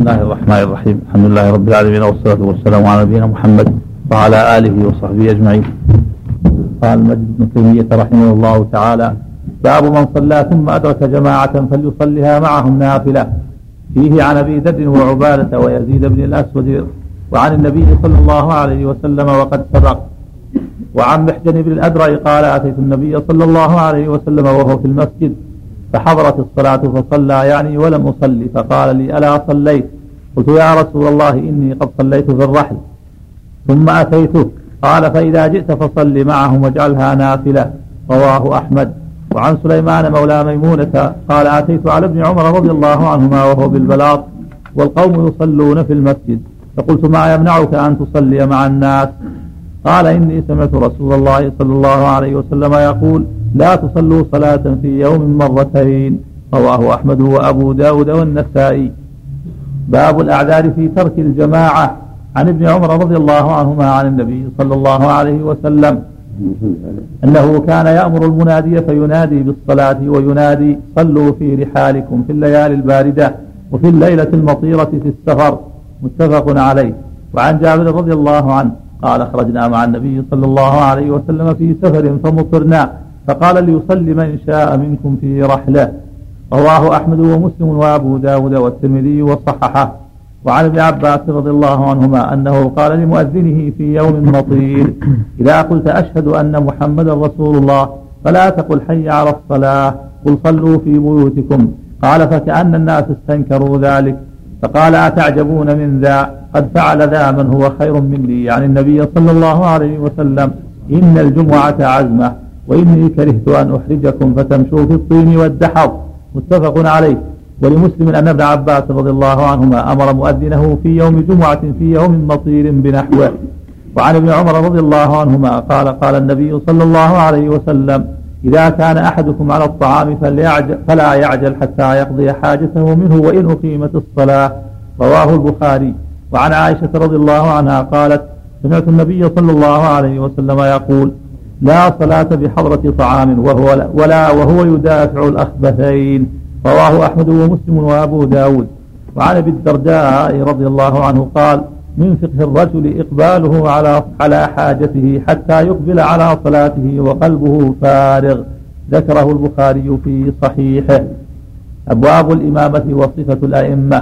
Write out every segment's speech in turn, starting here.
الله الرحمن الرحيم. الحمد لله رب العالمين والصلاة والسلام على نبينا محمد وعلى آله وصحبه أجمعين. قال المجد بن تيمية رحمه الله تعالى: باب من صلى ثم أدرك جماعة فليصلها معهم نافلة. فيه عن أبي ذر وعبادة ويزيد بن الأسود وعن النبي صلى الله عليه وسلم وقد سبق. وعن محجن بن الأدرع قال: أتيت النبي صلى الله عليه وسلم وهو في المسجد فحضرت الصلاة فصلى يعني ولم أصلي، فقال لي: ألا صليت؟ قلت: يا رسول الله إني قد صليت في الرحل. ثم أتيته قال: فإذا جئت فصل معهم واجعلها نافلة. رواه أحمد. وعن سليمان مولى ميمونة قال: أتيت على ابن عمر رضي الله عنهما وهو بالبلاط والقوم يصلون في المسجد، فقلت: ما يمنعك أن تصلي مع الناس؟ قال: إني سمعت رسول الله صلى الله عليه وسلم يقول: لا تصلوا صلاة في يوم مرتين. رواه أحمد وأبو داود والنسائي. باب الأعذار في ترك الجماعة. عن ابن عمر رضي الله عنهما عن النبي صلى الله عليه وسلم أنه كان يأمر المنادي فينادي بالصلاة وينادي: صلوا في رحالكم في الليالي الباردة وفي الليلة المطيرة في السفر. متفق عليه. وعن جابر رضي الله عنه قال: خرجنا مع النبي صلى الله عليه وسلم في سفر فمطرنا، فقال: ليصلي من شاء منكم في رحله. رواه أحمد ومسلم وأبو داود والترمذي وصححه. وعن ابن عباس رضي الله عنهما أنه قال لمؤذنه في يوم مطير: إذا قلت أشهد أن محمدا رسول الله فلا تقل حي على الصلاة، قل صلوا في بيوتكم. قال: فكأن الناس استنكروا ذلك، فقال: أتعجبون من ذا؟ قد فعل ذا من هو خير مني، يعني النبي صلى الله عليه وسلم. إن الجمعة عزمة، وإني كرهت أن أحرجكم فتمشوا في الطين والدحض. متفق عليه. ولمسلم أن ابن عباس رضي الله عنهما أمر مؤذنه في يوم جمعة في يوم مطير بنحوه. وعن ابن عمر رضي الله عنهما قال: قال النبي صلى الله عليه وسلم: إذا كان أحدكم على الطعام فلا يعجل حتى يقضي حاجته منه وإن أقيمت الصلاة. رواه البخاري. وعن عائشة رضي الله عنها قالت: سمعت النبي صلى الله عليه وسلم يقول: لا صلاة بحضرة طعام وهو يدافع الأخبثين. رواه أحمد ومسلم وأبو داود. وعن أبي الدرداء رضي الله عنه قال: من فقه الرجل إقباله على حاجته حتى يقبل على صلاته وقلبه فارغ. ذكره البخاري في صحيحه. أبواب الإمامة وصفة الأئمة.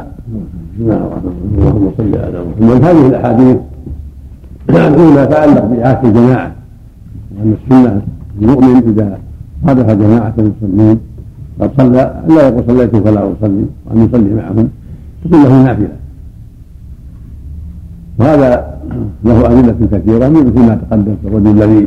اللهم صل على محمد. هذه الأحاديث ما يتعلق بإعادة الجماعة، وأن السنة المؤمن إذا صادف جماعة المسلمين قد صلى لا يقول صليت فلا أصلي، وأن يصلي معهم تكون له نافلة. وهذا له أدلة كثيرة مثل ما تقدم في الرجل الذي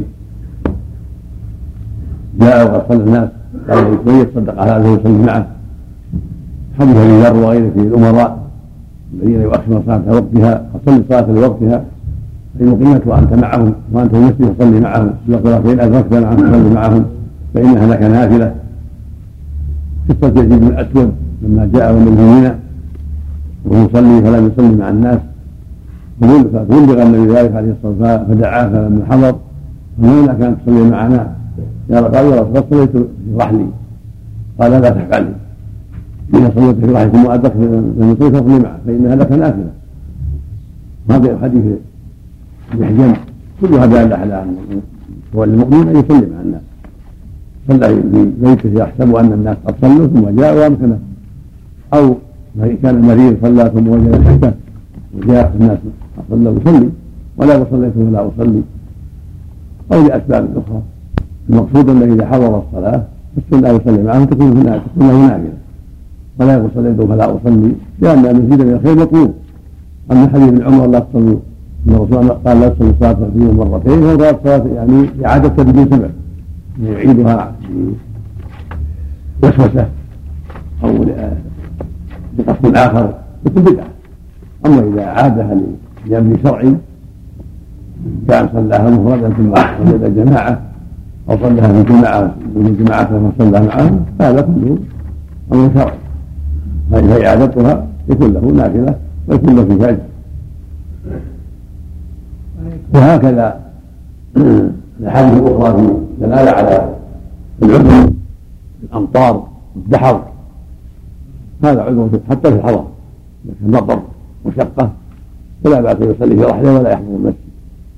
جاء وقد صلى الناس قال: يتصدق على هذا ويصلي معه. حديث ابي ذر وغيره في الأمراء الذين يؤخرون صلاة وقتها: فصل الصلاة لوقتها فإن أقيمت وأنت معهم وأنت في المسجد فصلي معهم، فإن أدركت معهم فصلي معهم فإنها لك نافلة. قصة يزيد بن الأسود لما جاء من منى وهو يصلي فلم يصلي مع الناس، فبلغ النبي ذلك عليه الصلاة والسلام فدعاه فلما حضر: فماذا كانت تصلي معنا؟ قال: يا رسول الله صليت في رحلي. قال: لا تفعلي، إذا صليت في رحلكم وأدركت لم يصلي فصلي معه فإنها لك نافلة. هذا الحديث محجم كلها دالة على أن المؤمن أن يصلي مع الناس. صلى في بيته يحسب أن الناس قد صلوا ثم جاء وأمكنه، أو كان المريض صلى ثم وجد تحته وجاء الناس صلى يصلي ولا صليت ولا أصلي، أو لأسباب أخرى. المقصود أنه إذا حضر الصلاة فالسنة يصلي معهم تكون له نافلة، ولا يقول صليت فلا أصلي، لأن المزيد من الخير مطلوب. أما حديث ابن عمر: لا تصلوا، أن الرسول قال: لا تصلوا الصلاة في يوم مرتين، هو صلاة يعني إعادة بدون سبب يعيدها بوسوسة أو بقصد آخر تكون بدعة. أما إذا عادها لأمر شرعي كان صلاها مفردا ثم وجد جماعة أو صلاها في جماعة ثم صلى معهم هذا كله أمر شرعي، فإعادتها يكون له نافلة ويكون له في فجر. وهكذا الأحاديث الأخرى في دلالة على العذر في الأمطار والدحر، هذا عذر حتى في الحضر لكن مطر وشقة فلا بأس يصلي في رحله ولا يحضر المسجد.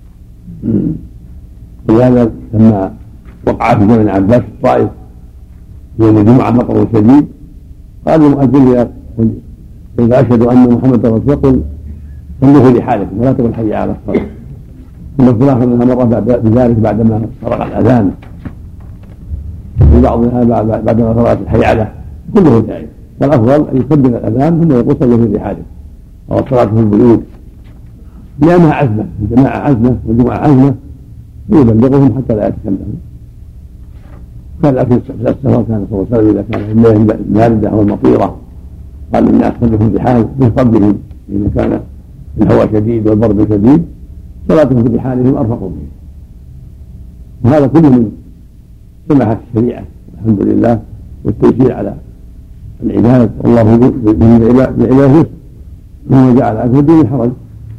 ولهذا لما وقع في زمن عباس في الطائف يوم الجمعة مطر شديد قال المؤذن إذا أشهد أن محمدا رسول قل صلوا في رحالكم ولا تقل حي على الصلاة. ثم الخلاف أنها مرة بذلك بعدما فرغ الأذان في بعضها بعدما فرغت الحيعلة كله جائز، والأفضل أن يكبر الأذان ثم يقول صلوا في رحالكم أو الصلاة في البيوت لأنها عزمة، الجماعة عزمة والجمعة عزمة يبلغهم حتى لا يتكلموا. كان في السفر كان صلى الله عليه وسلم إذا كان في الليل الباردة أو المطيرة قال للناس صلوا في الرحال من فضلهم إذا كان الهواء شديد والبرد شديد صلاتهم في رحالهم أرفق به. وهذا كله من سماحة الشريعة الحمد لله والتيسير على العباد، والله بالعباد ثم جعل على الدين حرج.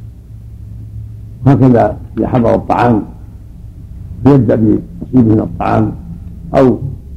هكذا إذا حضر الطعام يبدأ بنصيبه من الطعام أو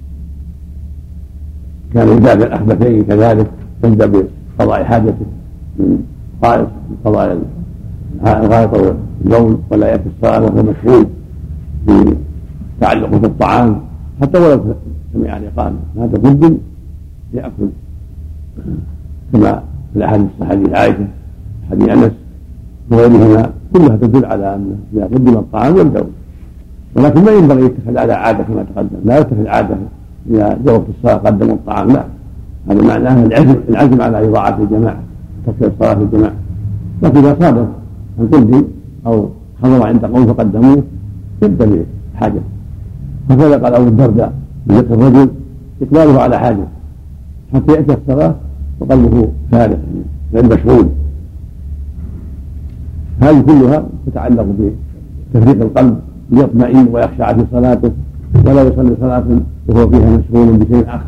كان يدافع الأخبثين كذلك يبدأ بقضاء حاجته من غائط قضاء الغائط أو البول ولا يأتي الصلاة وهو مشغول بتعلقه بالطعام حتى ولو سمع الإقامة هذا بد يأكل كما في الأحاديث حديث عائشة حديث أنس وغيرهما كلها تدل على أن إذا قدم الطعام يبدأ، ولكن ما ينبغي يتخذ على عادة كما تقدم، لا يتخذ عادة إذا جاءت الصلاة قدموا الطعام، لا، هذا معناه العزم على إضاعة الجماعة تكفي الصلاة في الجماعة. لكن إذا صادف أن قدم أو حضر عند قوم فقدموه يبدأ بحاجة. هكذا قال أبو الدرداء بذكر الرجل إقباله على حاجة حتى يأتي الصلاة وقلبه فارغ غير مشغول. هذه كلها تتعلق بتفريق القلب ليطمئن ويخشع في صلاته ولا يصلي صلاة وهو فيها مشغول بشيء آخر.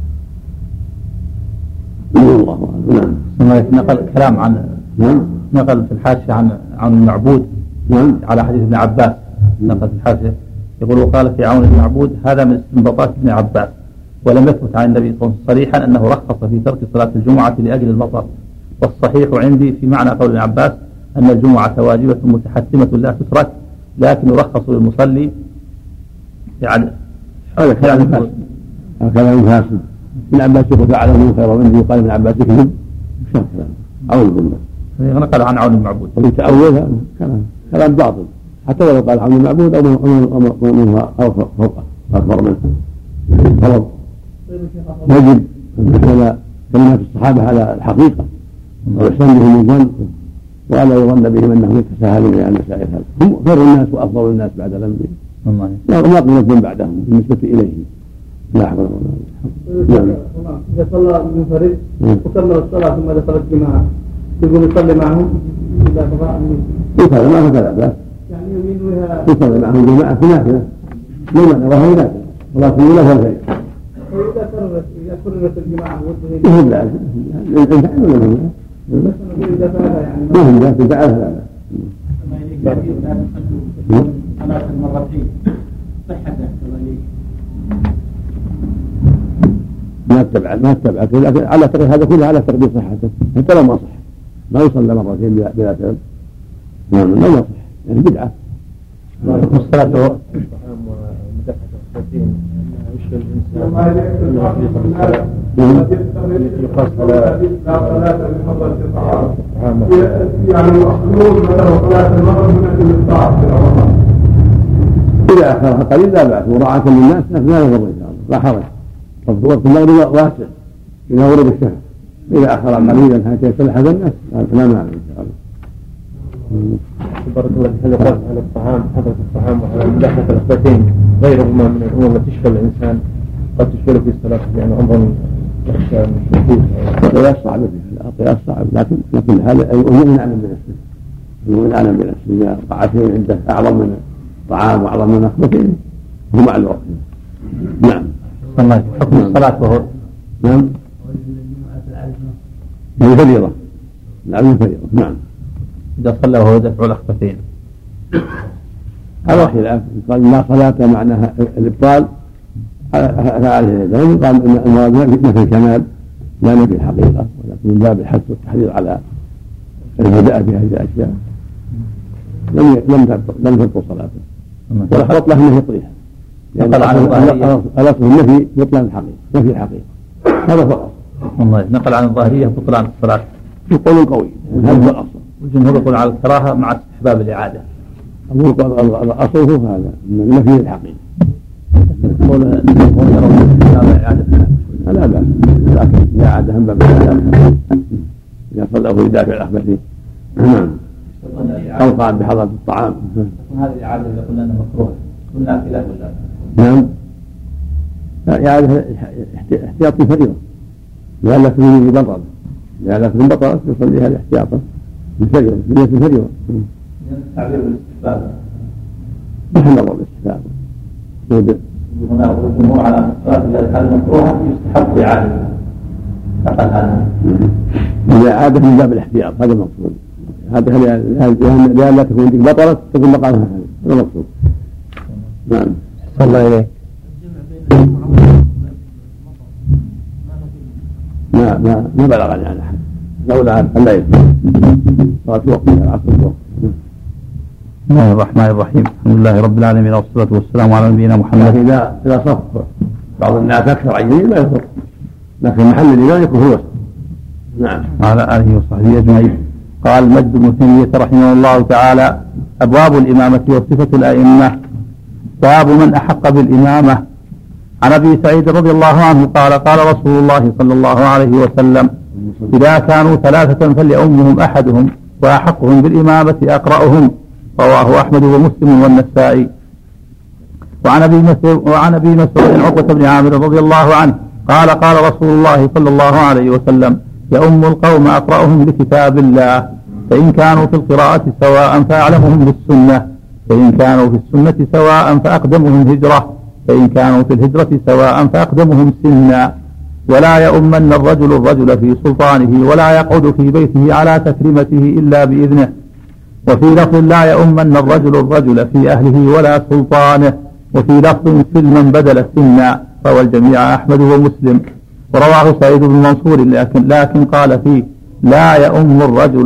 الله أعلم. نقل كلام عن نقل في الحاشية عن المعبود على حديث ابن عباس. نقل في الحاشية يقول وقال في عون المعبود هذا من استنباطات ابن عباس ولم يثبت عن النبي صلى الله عليه وسلم صريحا أنه رخص في ترك صلاة الجمعة لأجل المطر، والصحيح عندي في معنى قول ابن عباس أن الجمعة واجبة متحتمة لا تترك لكن يرخص للمصلي يعني هذا كلام فاسد. ابن عباس يقول فعله خير منه يقال ابن عباس يكذب شو كلام عون بالله. نقل عن عون المعبود ويتأول كلام باطل حتى ولو قال عون المعبود أو منها فوقه أكبر منه غلط. يجب أن نحمل كلمات الصحابة على الحقيقة ويحسن بهم الظن ولا يظن بهم أنهم يتساهلون إلى المسائل. هذا هم خير الناس وأفضل الناس بعد الأنبياء وما قلت بعدهم بالنسبة إليهم. لا حول ولا قوة. إذا صلى المنفرد وكمل الصلاة ثم دخل الجماعة يقول يصلي معهم إذا قضاء يصلي معهم فلا بأس يعني يمينها يصلي معهم جماعة في نافلة لمن وهو نافلة ولكن له الخير. إذا كررت الجماعة يهم لا الإنسان ولا هم ما هم ذات فعلها لا ثلاث مرتين صحة ما اتبع لكن على تقدير هذا كله على تقدير صحته حتى لو ما صح ما يصلى مرتين بلا سبب ما يصح يعني بدعة. الصلاة يقاس على يعني مخلوق له صلاة المغرب من أجل الطاعة في رمضان إذا أخرها قليل لا بأس مراعاة للناس لكن لا يضر إن شاء الله لا حرج. وقت المغرب واسع إذا غرب الشهر إذا أخر قليلا حتى يصلح هذا الناس لا مانع إن شاء الله. بارك الله فيك. هل يقاس على الطعام حضرة الطعام وعلى مداحة الأخبثين غيرهما من الأمور التي تشغل الإنسان قد تشغل في الصلاة يعني أمرا يخشى من الشهود؟ القياس صعب القياس صعب لكن هذا المؤمن أعلم بنفسه. المؤمن أعلم بنفسه إذا وقع شيء عنده أعظم من الطعام وأعظم من الأخبثين هو مع الوقت. نعم. حكم الصلاة وهو نعم هي فريضة. نعم فريضة. نعم إذا صلى وهو يدفع الأخبثين هذا خلاف. قال لا صلاة معناها الإبطال فعله يدعون. قال إن المراد نفي الكمال لا نفي الحقيقة لكن من باب الحث والتحريض على البدء بهذه الاشياء لم تبطل صلاته ولا بطلها انه يطريها لان الاصل النفي بطلان الحقيقه نفي الحقيقه هذا فقط. والله نقل عن الظاهريه بطلان الصلاه في قول قوي هذا هو الاصل والجمهور يقول على الكراهه مع استحباب الاعاده. الاصل هو هذا نفي الحقيقه. يقول يرون استحباب اعاده لا بأس لكن إذا عاد هم باب إذا صلى يدافع الأخبثين أو قام بحضرة الطعام. هذه الإعادة اللي قلنا أنها مكروهة قلنا في لا ولا نعم إعادة احتياطي فريضة لأن تكون بطل لأن تكون بطلت يصليها الاحتياطا بالفريضة بنية الفريضة. تعبير بالاستحباب نحن نظر بالاستحباب هنا الجمهور على أن الصلاة التي كانت مكروهة يستحب إعادتها فقط هذا إذا عادت من باب الاحتياط هذا المقصود. هذا لأن لا تكون بطلت تكون مقامها هذا المقصود. نعم صلى الله إليك. ما بلغني عن أحد لولا الليل صلاة وقت العصر الوقت. بسم الله الرحمن الرحيم الحمد لله رب العالمين والصلاة والسلام على نبينا محمد. إذا صف بعض الناس أكثر عن يمين ما يصف لكن محل الإمام يكون هو. نعم على آله وصحبه أجمعين. قال مجد بن تيمية رحمه الله تعالى أبواب الإمامة وصفة الأئمة. باب من أحق بالإمامة. عن أبي سعيد رضي الله عنه قال قال رسول الله صلى الله عليه وسلم إذا كانوا ثلاثة فليؤمهم أحدهم وأحقهم بالإمامة أقرأهم. رواه أحمد ومسلم والنسائي. وعن أبي مسعود عقبة بن عامر رضي الله عنه قال قال رسول الله صلى الله عليه وسلم يؤم القوم أقرأهم لكتاب الله فإن كانوا في القراءة سواء فأعلمهم بالسنة فإن كانوا في السنة سواء فأقدمهم هجرة فإن كانوا في الهجرة سواء فأقدمهم سنا ولا يؤمن الرجل في سلطانه ولا يقعد في بيته على تكريمته إلا بإذنه. وفي لفظ لا يؤمن الرجل في أهله ولا سلطانه. وفي لفظ سلما بدل سنا. روى الجميع أحمد ومسلم. ورواه سعيد بن منصور لكن قال فيه لا يؤم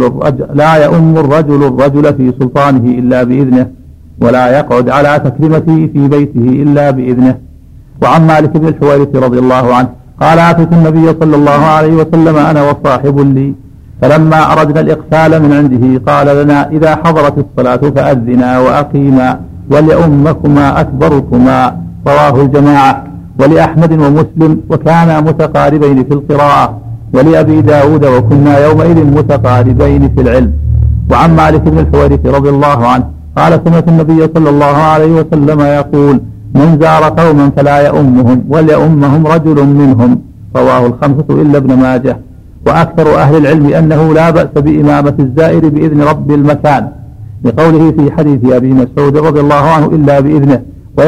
الرجل في سلطانه إلا بإذنه ولا يقعد على تكريمته في بيته إلا بإذنه. وعن مالك بن الحويرث رضي الله عنه قال أتيت النبي صلى الله عليه وسلم أنا وصاحب لي فلما أردنا الإقفال من عنده قال لنا إذا حضرت الصلاة فأذنا وأقيما وليؤمكما أكبركما. رواه الجماعة. ولأحمد ومسلم وكانا متقاربين في القراءة. ولأبي داود وكنا يومئذ متقاربين في العلم. وعن مالك بن الحويرث رضي الله عنه قال سمعت النبي صلى الله عليه وسلم يقول من زار قوما فلا يؤمهم وليؤمهم رجل منهم. رواه الخمسة إلا ابن ماجه. وأكثر أهل العلم أنه لا بأس بإمامة الزائر بإذن رب المكان لقوله في حديث أبي مسعود رضي الله عنه إلا بإذنه.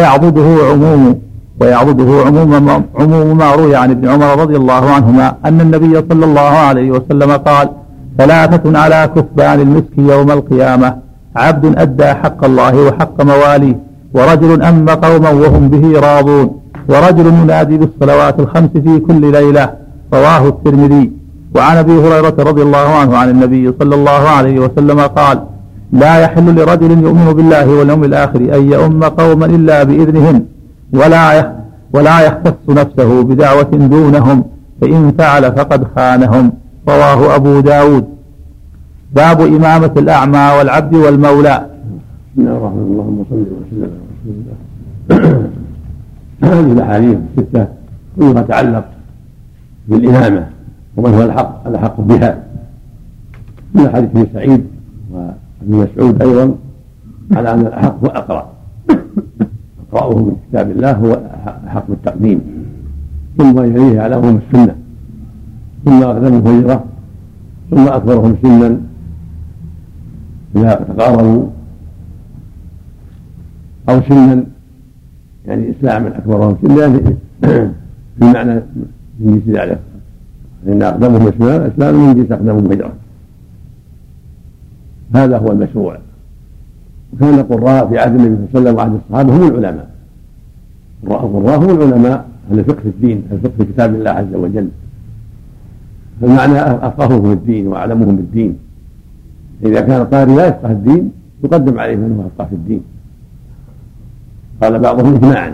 ويعضده عموم ما روي عن ابن عمر رضي الله عنهما أن النبي صلى الله عليه وسلم قال ثلاثة على كثبان المسك يوم القيامة عبد أدى حق الله وحق مواليه ورجل أم قوما وهم به راضون ورجل ينادي بالصلوات الخمس في كل ليلة. رواه الترمذي. وعن أبي هريرة رضي الله عنه عن النبي صلى الله عليه وسلم قال لا يحل لرجل يؤمن بالله واليوم الآخر أن يؤم قوما إلا بإذنهم ولا يختص نفسه بدعوة دونهم فإن فعل فقد خانهم. رواه أبو داود. باب إمامة الأعمى والعبد والمولى. بسم الله الرحمن الرحيم اللهم صل وسلم على رسول الله. هذه الأحاديث الستة كلها تعلق بالإمامة ومن هو الحق بها من حديث ابن سعيد وابن مسعود أيضا على أن الأحق هو أقرأه من كتاب الله هو أحق بالتقديم ثم يليه أعلمهم السنة ثم أقدمهم هجرة ثم أكبرهم سنا إذا تقاربوا أو سنا يعني إسلام أكبرهم سنا في معنى من جنس ذلك فإن أقدمهم إسلام من جنس أقدمهم هجرة. هذا هو المشروع. وكان القراء في عهد النبي صلى الله عليه وسلم وعهد الصحابة هم العلماء. القراء هم العلماء أهل الفقه في الدين الفقه في كتاب الله عز وجل. فالمعنى أفقههم في الدين وأعلمهم بالدين. إذا كان القارئ لا يفقه الدين يقدم عليه من هو أفقه في الدين. قال بعضهم إجماعا،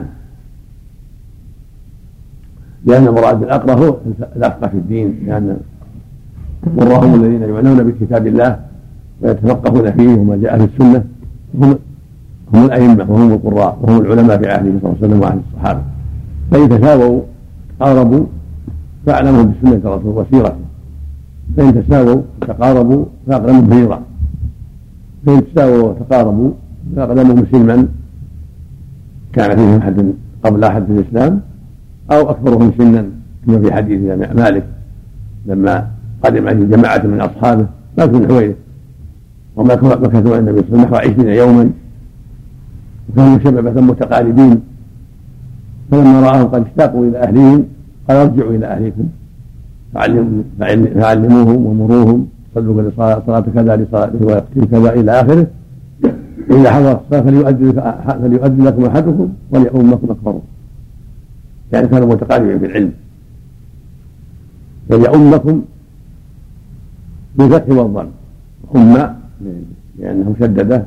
لأن المراد بالأقرأ هو الأفقه في الدين، لأن قراءهم الذين يعنون بكتاب الله ويتفقهون فيه وما جاء في السنة هم الأئمة وهم القراء وهم العلماء في عهده صلى الله عليه وسلم وعهد الصحابة. فإن تساووا تقاربوا فأعلموا بسنة الرسول وسيرته، فإن تساووا تقاربوا فأقدموا بهيرة، فإن تساووا وتقاربوا فأقدموا سلما كان فيهم أحد قبل أحد الإسلام أو أكبرهم سنا، كما في حديث مالك لما قدم عليه جماعة من أصحابه مالك بن حويرث ومكثوا عند النبي صلى الله عليه وسلم نحو 20 يوما، وكانوا شبابة متقاربين، فلما رآهم قد اشتاقوا إلى أهلهم قال ارجعوا إلى أهلكم فعلموهم ومروهم، صلوا لصلاة كذا لصلاته ويقتل كذا إلى آخره. إذا حضرت الصلاة فليؤذن لكم أحدكم وليؤمكم أكبركم، يعني كانوا متقاربين في العلم. فليؤمكم بالفتح والضم، أمة لأنه شدده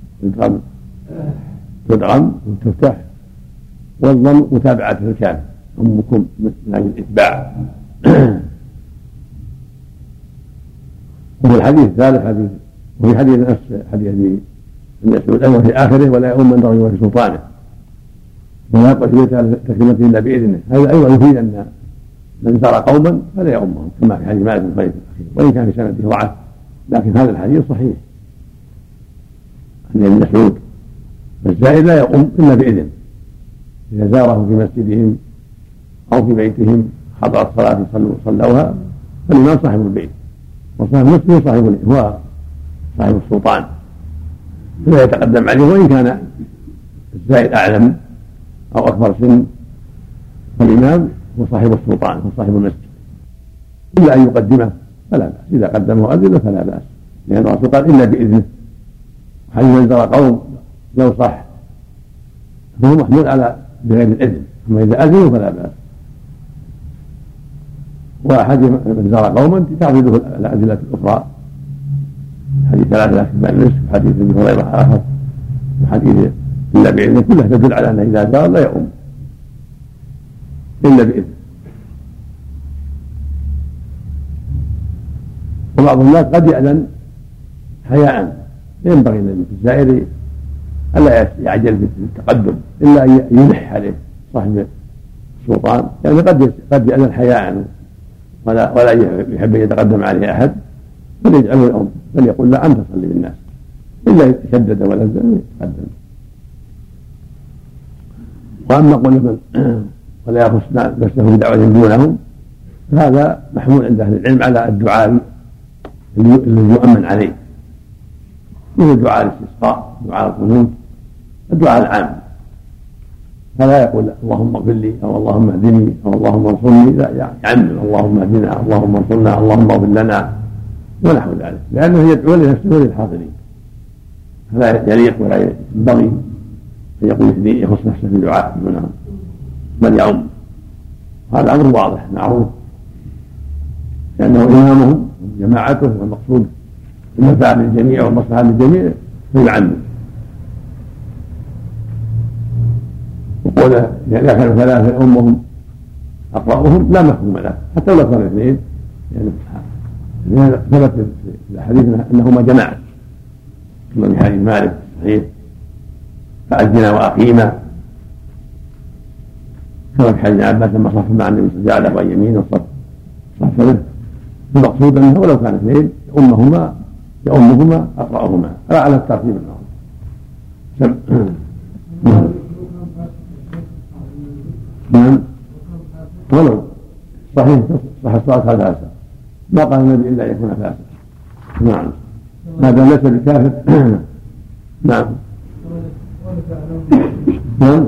تدغم وتفتح، والضم متابعة الكاف أمكم من أجل الإتباع. وفي الحديث الثالث حديث، وفي حديث نفس حديث ابن مسعود أيضا في آخره ولا يؤم من رغب في سلطانه ولا يقبل تكلمته إلا بإذنه. هذا أيضا يفيد أن من زار قوما فلا يؤمهم، كما في حديث مالك بن حويرث وإن كان في سنده ضعف، لكن هذا الحديث صحيح عن ابن مسعود. فالزائر لا يؤم إلا بإذن، إذا زاره في مسجدهم أو في بيتهم حضرت صلاة صلوها فالإمام صاحب البيت، وصاحب المسجد هو صاحب السلطان، فلا يتقدم عليه وإن كان الزائر أعلم أو أكبر سن، فالإمام هو صاحب السلطان هو صاحب المسجد، إلا أن يقدمه فلا بأس، إذا قدمه أذنه فلا بأس، لأن الرسول قال إلا بإذنه. حيث من زار قوم لو صح فهو محمول على بغير الإذن، أما إذا أذنوا فلا بأس. وحديث من زار قوما تعرضه الأدلة الأخرى، حديث 3 أكبر النصف، حديث ابن هريرة آخر، وحديث إلا بإذنه، كلها تدل على أنه إذا زار لا يؤم إلا بإذنه. وبعض الناس قد يأذن حياء، ينبغي للزائر ألا يعجل بالتقدم إلا أن يلح عليه صاحب السلطان، يعني قد يأذن حياء ولا يحب أن يتقدم عليه أحد، فليجعله الأم، فليقول لا أنت صلي بالناس، إلا شدد ولزم يتقدم. وأما قول ولا يخص نفسه بدعوة دونهم فهذا محمول عند أهل العلم على الدعاء الذي يؤمن عليه، مثل دعاء الاستسقاء، دعاء القنوت، الدعاء العام، فلا يقول اللهم اغفر لي أو اللهم اهدني أو اللهم انصرني، لا يعمم اللهم اهدنا اللهم انصرنا اللهم اغفر لنا ونحو ذلك، لأنه يدعو لنفسه وللحاضرين، فلا يليق ولا ينبغي أن يقول يخص نفسه بدعاء دونهم، بل يعم. هذا أمر واضح معروف، لأنه إمامهم وجماعته والمقصود المنفعة للجميع والمصلحة للجميع فيعمم. وقوله إذا كانوا 3 أمهم أقرأهم لا مفهوم له، حتى لو كانوا 2، يعني ثبت في الحديث أنهما جماعة، كما في حديث مالك صحيح فأذنا وأقيما، كما في حديث عباس لما صف مع النبي صلى الله عليه وسلم عن يمينه وصف به. المقصود أنه ولو كان 2 يؤمهما أقرأهما على الترتيب المعروف. نعم ولو صحيح صح الصلاة فاسق، ما قال النبي إلا أن يكون فاسق. نعم ما دام ليس بكافر. نعم نعم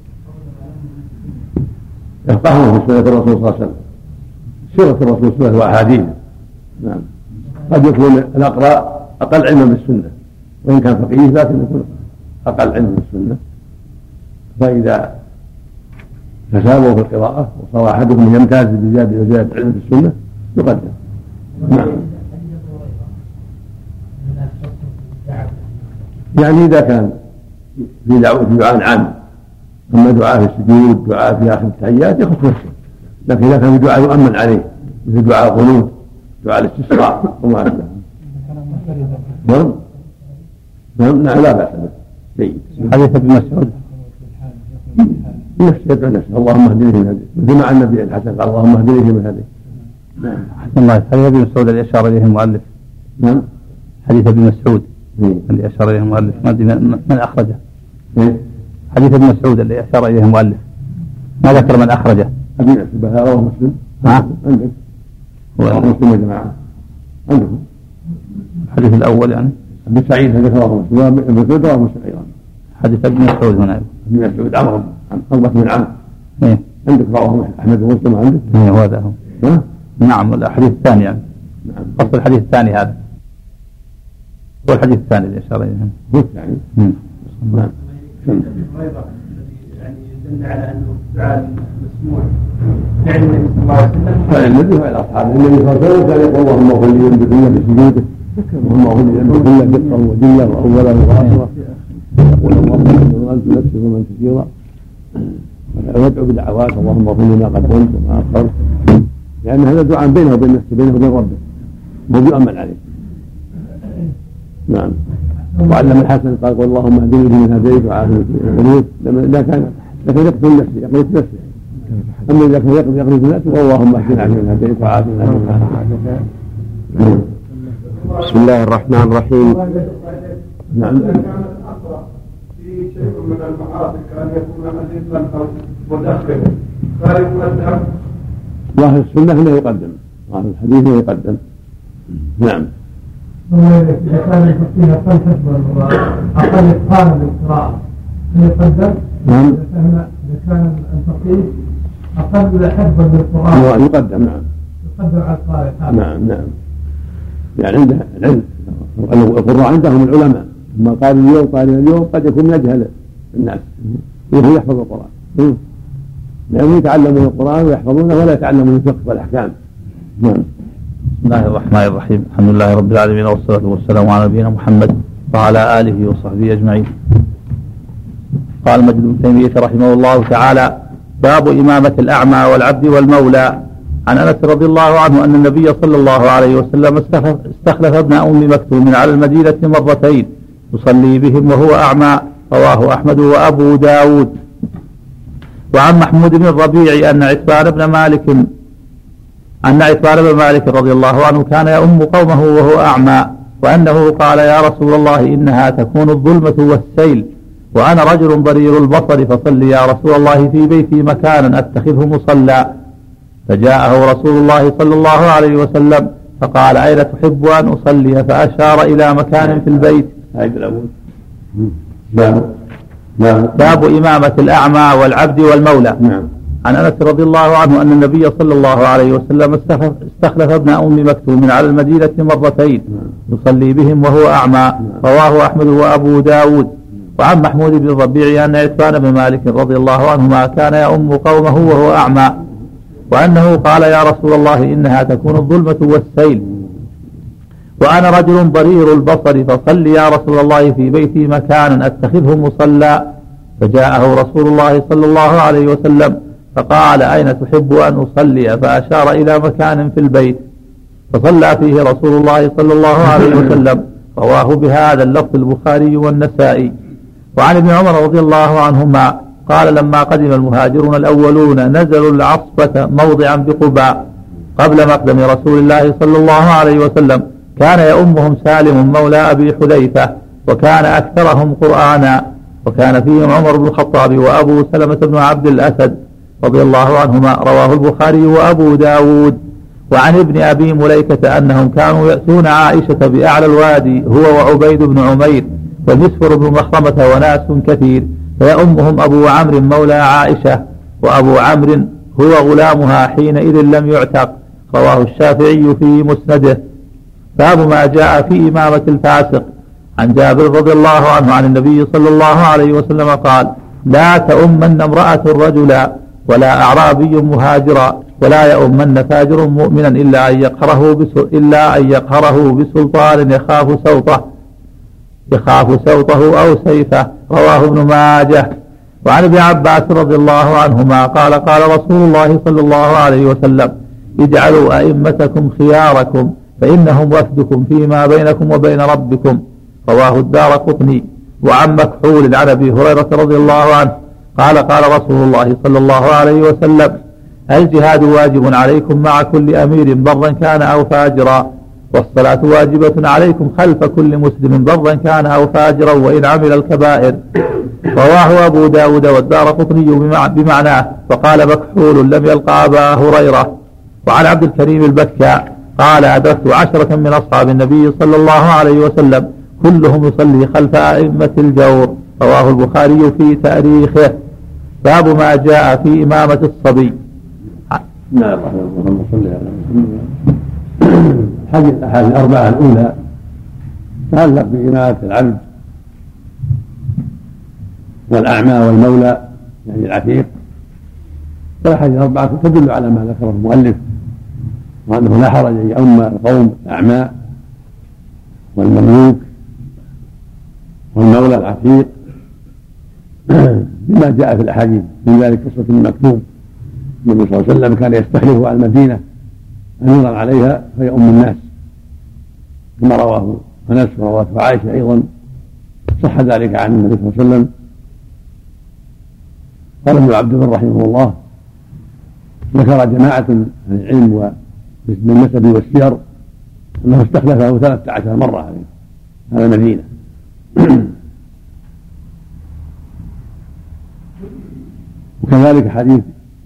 يفقهه في سنة الرسول صلى الله عليه وسلم، سيرة الرسول صلى الله عليه وسلم وأحاديثه. نعم قد يكون الأقرأ أقل علما بالسنة وإن كان فقيه، لكن يكون أقل علما بالسنة، فإذا تساووا في القراءة وصار أحدهم يمتاز بزيادة علم بالسنة يقدم، يعني إذا كان في دعاء عام، أما دعاء في السجود دعاء في آخر التحيات يخص نفسه، لكن إذا كان في دعاء يؤمن عليه مثل دعاء القنوت دعاء الاستسقاء وما أشبه. نعم لا بأس به جيد. حديث ابن مسعود نفسه يدعو نفسه اللهم اهدني فيمن هديت، مثل ما عن النبي الحسن قال اللهم اهدني فيمن هديت. نعم. حسن الله. حديث ابن مسعود اللي أشار إليه المؤلف. نعم. حديث ابن مسعود اللي أشار إليه المؤلف ما أدري من أخرجه. حديث ابن مسعود اللي أشار إليه المؤلف ما ذكر من أخرجه. ابن مسعود رواه مسلم. عندك مسلم يا جماعة عندكم الحديث الأول يعني ابن سعيد هذا رواه مسلم ابن مسعود رواه مسلم أيضا. حديث ابن مسعود هنا ابن مسعود عمرو عن قربة بن عمرو. عندك رواه أحمد ومسلم عندك. هذا هو. نعم الحديث الثاني يعني. نعم. أصل الحديث الثاني هذا هو الحديث الثاني اللي أشار إليه. هو الثاني. نعم. يعني يدل على أنه دعاء مسموع فعل النبي صلى الله عليه وسلم. فعل النبي وفعل أصحابه. النبي صلى الله عليه وسلم كان يقول اللهم اغفر لي ذنبي كله بسجوده، اللهم اغفر لي ذنبي كله دقا وجلا وأولا وآخرا، يقول اللهم ظلمت نفسي ظلما كثيرا، ويدعو بدعوات اللهم اغفر لي ما قدمت وما أخرت، لأن هذا دعاء بينه وبين نفسه بينه وبين ربه وهو يؤمن عليه. نعم. وعلم الحسن قال اللهم اهدني فيمن هديت وعافني فيمن عافيت. لا كان يقتل نفسه يقتل نفسه، اما اذا كان يقتل نفسه اللهم اهدنا فيمن هديت وعافنا فيمن عافيت. بسم الله الرحمن الرحيم. نعم. في شيء من المعاصي كان يكون حديثا او مدخلا فلا يقدم. ظاهر السنه انه يقدم، ظاهر الحديث انه يقدم. نعم. إذا كان فيها أقل حفظا وأقل إتقانا للقراءة يقدم. نعم. إذا كان الفقيه أقل حفظا للقراءة يقدم. نعم. يقدم على القارئ. نعم. يعني عنده العلم القراء عندهم العلماء، ثم قال اليوم قد يكون يجهل الناس وهو يحفظ القرآن، لأنهم يتعلمون القرآن ويحفظونه ولا يتعلمون الفقه والأحكام. نعم. بسم الله الرحمن الرحيم. الحمد لله رب العالمين والصلاة والسلام على نبينا محمد وعلى آله وصحبه أجمعين. قال مجد بن تيمية رحمه الله تعالى: باب إمامة الأعمى والعبد والمولى. عن أنس رضي الله عنه أن النبي صلى الله عليه وسلم استخلف ابن أم مكتوم على المدينة مرتين يصلي بهم وهو أعمى. رواه أحمد وأبو داود. وعن محمود بن الربيع أن عتبان بن مالك رضي الله عنه كان يؤم قومه وهو أعمى، وأنه قال: يا رسول الله إنها تكون الظلمة والسيل وأنا رجل ضرير البصر، فصل يا رسول الله في بيتي مكانا أتخذه مصلى. فجاءه رسول الله صلى الله عليه وسلم فقال: أين تحب أن أصلي؟ فأشار إلى مكان في البيت. باب إمامة الأعمى والعبد والمولى. عن أنس رضي الله عنه أن النبي صلى الله عليه وسلم استخلف ابن أم مكتوم على المدينة مرتين يصلي بهم وهو أعمى. رواه أحمد وأبو داود. وعن محمود بن الربيع أن عتبان بن مالك رضي الله عنهما كان يؤم قومه وهو أعمى، وأنه قال: يا رسول الله إنها تكون الظلمة والسيل وأنا رجل ضرير البصر، فصل يا رسول الله في بيتي مكانا أتخذه مصلى. فجاءه رسول الله صلى الله عليه وسلم فقال: أين تحب أن أصلي؟ فأشار إلى مكان في البيت فصلى فيه رسول الله صلى الله عليه وسلم. رواه بهذا اللفظ البخاري والنسائي. وعن ابن عمر رضي الله عنهما قال: لما قدم المهاجرون الأولون نزلوا العصبة موضعا بقباء قبل مقدم رسول الله صلى الله عليه وسلم، كان يؤمهم سالم مولى أبي حذيفة وكان أكثرهم قرآنا، وكان فيهم عمر بن الخطاب وأبو سلمة بن عبد الأسد رضي الله عنهما. رواه البخاري وأبو داود. وعن ابن أبي مليكة أنهم كانوا يأتون عائشة بأعلى الوادي هو وعبيد بن عمير ومسفر بن مخرمة وناس كثير، فيأمهم أبو عمرو مولى عائشة، وأبو عمرو هو غلامها حينئذ لم يعتق. رواه الشافعي في مسنده. باب ما جاء في إمامة الفاسق. عن جابر رضي الله عنه عن النبي صلى الله عليه وسلم قال: لا تؤمن امرأة الرجل ولا أعرابي مهاجرا، ولا يؤمن فاجر مؤمنا إلا أن يقهره بسلطان يخاف سوطه أو سيفه. رواه ابن ماجه. وعن ابن عباس رضي الله عنهما قال قال رسول الله صلى الله عليه وسلم: اجعلوا أئمتكم خياركم فإنهم وفدكم فيما بينكم وبين ربكم. رواه الدارقطني. وعن مكحول عن أبي هريرة رضي الله عنه قال قال رسول الله صلى الله عليه وسلم: الجهاد واجب عليكم مع كل أمير برا كان أو فاجرا، والصلاة واجبة عليكم خلف كل مسلم برا كان أو فاجرا وإن عمل الكبائر. رواه أبو داود والدارقطني بمعناه. وقال مكحول: لم يلقى أبا هريرة. وعن عبد الكريم البكاء قال: أدركت 10 من أصحاب النبي صلى الله عليه وسلم كلهم يصلي خلف أئمة الجور. رواه البخاري في تاريخه. باب ما جاء في إمامة الصبي. بسم الله الرحمن الرحيم. صلى على محمد. الأحاديث الأربعة الأولى تتعلق بإمامة العبد والأعمى والمولى يعني العتيق، والأحاديث الأربعة تدل على ما ذكره المؤلف، وأنه لا حرج أن يؤم القوم الأعمى والمملوك والمولى العتيق بما جاء في الأحاديث. من ذلك قصة المكتوم، النبي صلى الله عليه وسلم كان يستخلفه على المدينة أميرا عليها فيؤم الناس، كما رواه أنس ورواه عائشة أيضا، صح ذلك عن النبي صلى الله عليه وسلم. قال ابن عبد البر رحمه الله: ذكر جماعة من العلم بالنسب والسير أنه استخلفه 13 مرة على المدينة. وكذلك حديث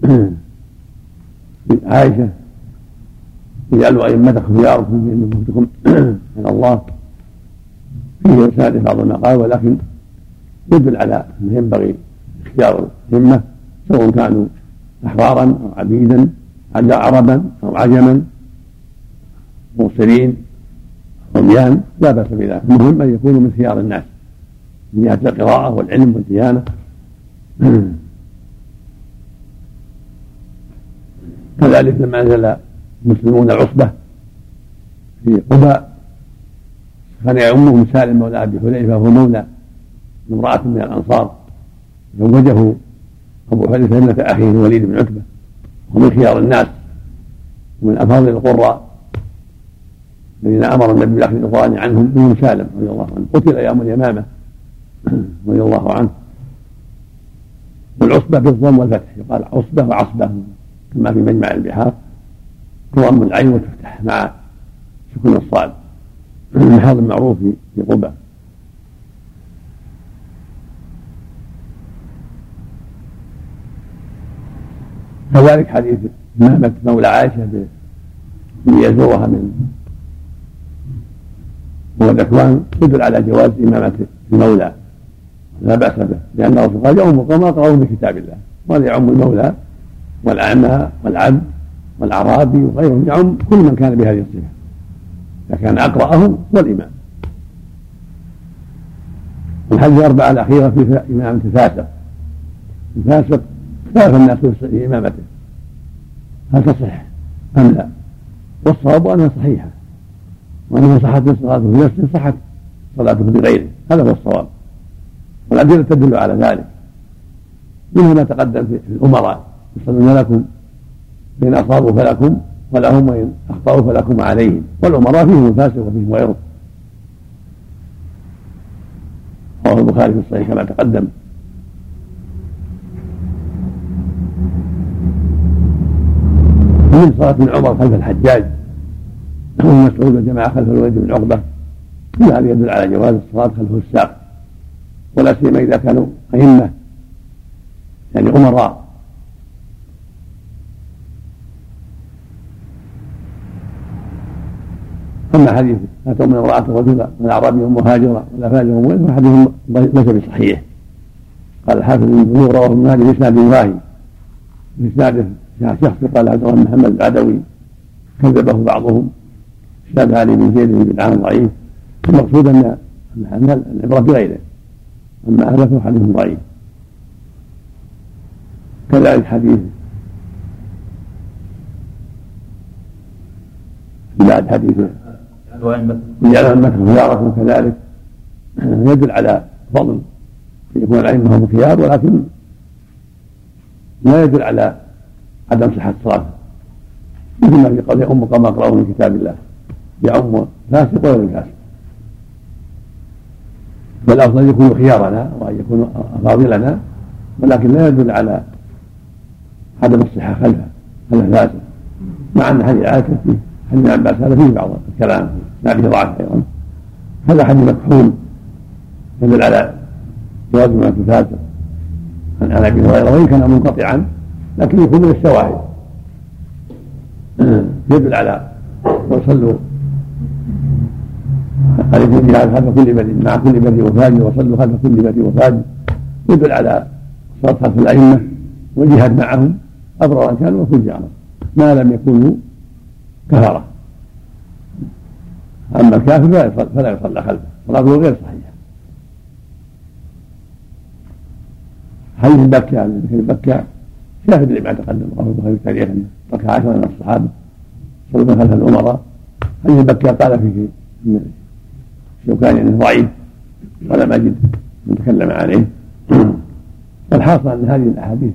عائشة: اجعلوا أئمتكم خياركم فإن وفدكم من الله، فيه إرسال بعض المقال، ولكن يدل على أنه ينبغي اختيار الأئمة سواء كانوا أحرارا أو عبيدا، عربا أو عجما، مرسلين عميان، لا بأس بذلك. المهم أن يكونوا من خيار الناس من جهة القراءة والعلم والديانة. كذلك لما نزل المسلمون العصبة في قباء كان يعمهم سالم مولى أبي حذيفة، وهو مولى امرأة من الأنصار، زوجه أبو حذيفة ابنة أخيه الوليد بن عتبة، ومن خيار الناس ومن أفاضل القراء الذين أمر النبي بأخذ القرآن عنهم منهم سالم رضي الله عنه، قتل يوم اليمامة رضي الله عنه. والعصبة بالضم والفتح، يقال عصبة وعصبة كما في مجمع البحار، تضم العين وتفتح مع سكون الصاد، محل معروف في قباء. كذلك حديث إمامة مولى عائشة يزورها من والأكوان يدل على جواز إمامة المولى، لا بأس به، لأن الرسول قال: يعم القوم أقرأهم بكتاب الله. وهذا يعم المولى والأعمى والعبد والأعرابي وغيرهم، يعم كل من كان بهذه الصفة، فكان أقرأهم والإمام. الحديث الأربعة الأخيرة في إمامة الفاسق. الفاسق اختلف الناس في إمامته هل تصح أم لا، والصواب أنها صحيحة، وأنه صحت صلاته بنفسه صحت صلاته بغيره، هذا هو الصواب، والأدلة تدل على ذلك. منها ما تقدم في الأمراء: يصلون لكم فإن أصابوا فلكم ولهم وإن أخطأوا فلكم عليهم، والأمراء فيهم الفاسق وفيهم غيره. رواه البخاري في الصحيح كما تقدم. من صلاة ابن عمر خلف الحجاج وابن مسعود وجماعة خلف الوليد بن عقبة، كل هذا يدل على جواز الصلاة خلف الساق، ولا سيما إذا كانوا أئمة يعني أمراء. أما حديث لا تؤمن امرأة رجلا ولا أعرابي مهاجرا ولا فاجر مؤمن فحديث ليس بصحيح. قال الحافظ بن بلوغ: رواه ابن ماجه بإسناد واهي، بإسناده شخص قال عبد الله بن محمد العدوي كذبه بعضهم، اشتبه علي بن زيد بن عام ضعيف. المقصود أن العبرة بغيره، أما هذا فهو حديث ضعيف. كذلك حديث بعد حديثه يعلم أنكم خياركم كذلك يدل على فضل يكون الأئمة هم خيار، ولكن لا يدل على عدم صحة الصلاة، مثل ما في قول يؤم كما أقرأه من كتاب الله، يؤم فاسق وغير الفاسق، فالأفضل يكون خيارنا وأن يكون فاضلنا، ولكن لا يدل على عدم الصحة خلف فاسق، مع أن حديث عائشة فيه حديث عباس هذا فيه بعض الكلام ما فيه ضعف أيضا، هذا حديث مكحول يدل على جواز ما تفاتر عن أبي هريرة، وإن كان منقطعا لكن يكون من الشواهد يدل على وصلوا خلف الجهاد خلف كل بدء مع كل بدء وفاجر، وصلوا خلف كل بدء وفاجر، يدل على الصلاة خلف الأئمة والجهاد معهم أبرارا كانوا وفجارا ما لم يكونوا كفرة. أما الكافر فلا يصلى خلفه، صلاته غير صحيحة. حديث بكة عن بكة شاهد لما تقدم رواه البخاري في تاريخه ركع 10 من الصحابة صلوا خلف الأمراء. حديث بكة قال فيه الشوكاني أنه ضعيف ولم أجد من تكلم عليه. والحاصل أن هذه الأحاديث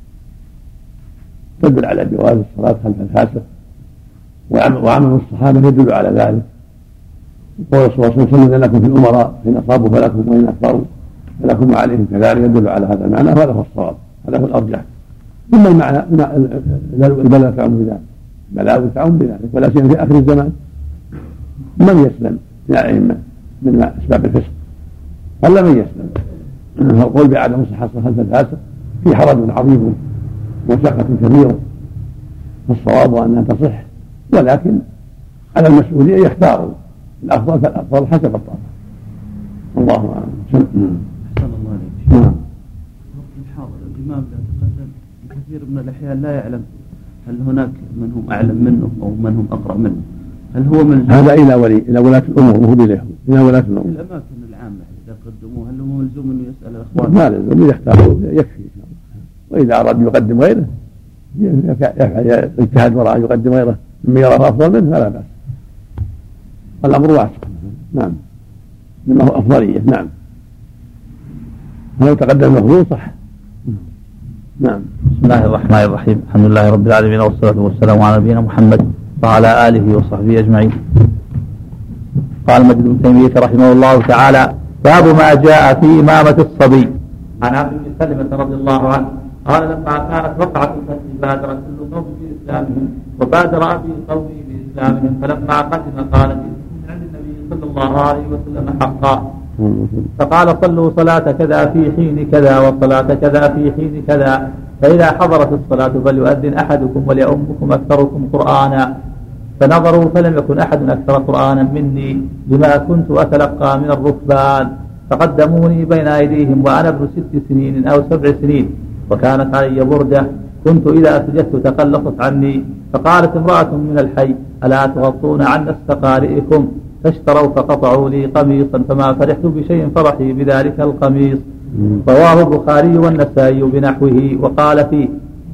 تدل على جواز الصلاة خلف الفاسق، وعمل الصحابة يدل على ذلك. قول صلى الله عليه وسلم صلوا لكم في الأمراء فإن أصابوا فلكم وإن أخطأوا فلكم وعليهم كذلك، يدل على هذا المعنى، وهذا هو الصواب، هذا هو الأرجح. ثم المعنى البلاء تعم بذلك، بلاء تعم بذلك، ولا سيما في آخر الزمان من يسلم من الأئمة من أسباب الفسق ولا من يسلم. فالقول بعدم صحة خلف الفاسق في حرج عظيم ومشقة كبيرة، فالصواب أنها تصح، ولكن على المسؤولية يختاروا الأفضل فالأفضل حسب الطاقة. الله أعلم. أحسن الله عليك. نعم. الحاضر الإمام لا تقدم كثير من الأحيان لا يعلم هل هناك من هم أعلم منه أو من هم أقرأ منه، هل هو من هذا إلى ولاة الأمور وهو إليهم إلى ولاة الأمور. الأماكن العامة إذا قدموه هل هو ملزوم أنه يسأل الأخوان؟ ما لازم يختاروا يكفي، وإذا أراد يقدم غيره يفعل اجتهاد وراء يقدم غيره مما يراه أفضل منه فلا بأس، الأمر واسع. نعم لما هو أفضلية. نعم ولو تقدم له صح. نعم. بسم الله الرحمن الرحيم، الحمد لله رب العالمين والصلاة والسلام على نبينا محمد وعلى آله وصحبه أجمعين. قال مجد بن تيمية رحمه الله تعالى: باب ما جاء في إمامة الصبي. عن عبد بن سلمة رضي الله عنه قال: لما كانت وقعة الفتح بادر كل قوم بإسلامهم وبادر أبي قومي بإسلامهم، فلما قدم قال: من عند النبي صلى الله عليه وسلم حقا، فقال: صلوا صلاة كذا في حين كذا وصلاة كذا في حين كذا، فإذا حضرت الصلاة فليؤذن أحدكم وليؤمكم أكثركم قرآنا. فنظروا فلم يكن أحد أكثر قرآنا مني بما كنت أتلقى من الركبان، فقدموني بين أيديهم وأنا ابن 6 سنين أو 7 سنين، وكانت علي بردة كنت إذا سجدت تقلصت عني. فقالت امرأة من الحي: ألا تغطون عن استقارئكم؟ فاشتروا فقطعوا لي قميصا، فما فرحت بشيء فرحي بذلك القميص. رواه البخاري والنسائي بنحوه. وقال فيه: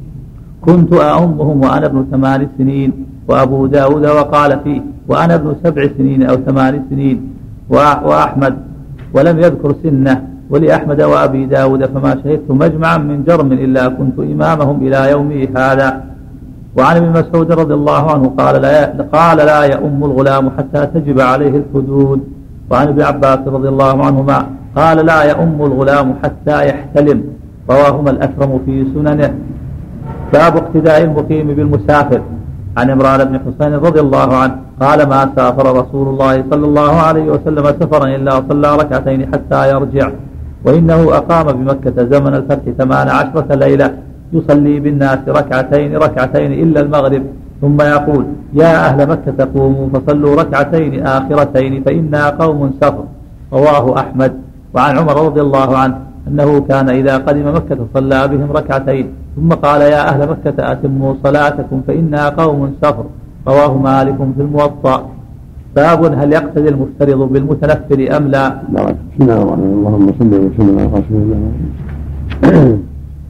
كنت أؤمهم وأنا ابن 8 سنين. وأبو داود وقال فيه: وأنا ابن 7 سنين أو 8 سنين. وأحمد ولم يذكر سنه، ولأحمد وأبي داود: فما شهدت مجمعا من جرم إلا كنت إمامهم إلى يومي هذا. وعن ابن مسعود رضي الله عنه قال لا يؤم الغلام حتى تجب عليه الحدود. وعن ابن عباس رضي الله عنهما قال: لا يؤم الغلام حتى يحتلم. رواهما الأكرم في سننه. باب اقتداء المقيم بالمسافر. عن عمران بن حسين رضي الله عنه قال: ما سافر رسول الله صلى الله عليه وسلم سفرا إلا صلى ركعتين حتى يرجع، وإنه أقام بمكة زمن الفتح 18 ليلة يصلي بالناس ركعتين إلا المغرب، ثم يقول: يا أهل مكة قوموا فصلوا ركعتين آخرتين فإنا قوم سفر. رواه أحمد. وعن عمر رضي الله عنه أنه كان إذا قدم مكة صلى بهم ركعتين ثم قال: يا أهل مكة أتموا صلاتكم فإنا قوم سفر. رواه مالك في الموطأ. باب هل يقتدي المفترض بالمتنفل أم لا؟ بسم الله الرحمن الرحيم. اللهم صل وسلم على رسول الله.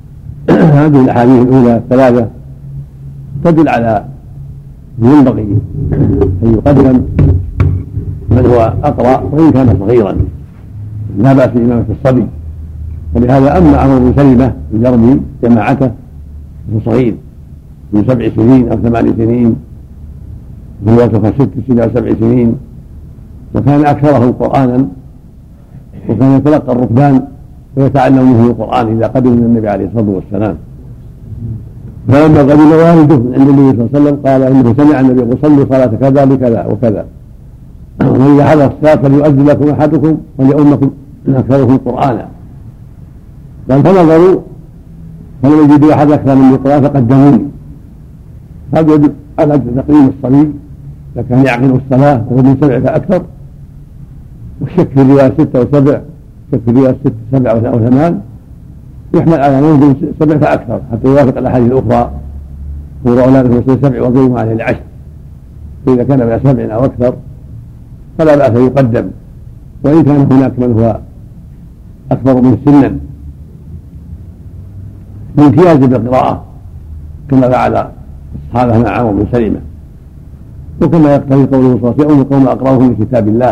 هذه الأحاديث الأولى الثلاثة تدل على ينبغي أن يقدم من هو أقرأ وإن كان صغيرا، لا بأس بإمامة الصبي، ولهذا أما عمرو بن سلمة يرمي جماعته وهو صغير من 7 سنين أو 8 سنين، في الوقت 6 سنين أو 7 سنين، وكان أكثرهم قرآنا، وكان يتلقى الركبان ويتعلم منه القرآن إذا قدم من النبي عليه الصلاة والسلام. فلما قدم والده عند النبي صلى الله عليه وسلم قال إنه سمع النبي يقول صلوا صلاة كذا بكذا وكذا، وإذا حضر الصلاة فليؤذن لكم أحدكم وليؤمكم من أكثركم قرآنا. قال فنظروا فلم يجدوا أحد أكثر من القرآن فقدموني. هذا يدل على تقديم الصبي إذا كان يعقل الصلاة وهو من 7 فأكثر، والشك في الرواية 6 أو 7، شك في الرواية 6 7 أو 8 يحمل على موجود 7 فأكثر حتى يوافق الأحاديث الأخرى هو أولادهم 7 وضيهم عليه 10. فإذا كان من 7 أو أكثر فلا بأس يقدم، وإن كان هناك من هو أكبر من سنا بامتياز بالقراءة كما فعل الصحابة مع عمرو بن سلمة، وكما يقتضي قوله صلى الله عليه وسلم قوم أقرأهم لكتاب الله.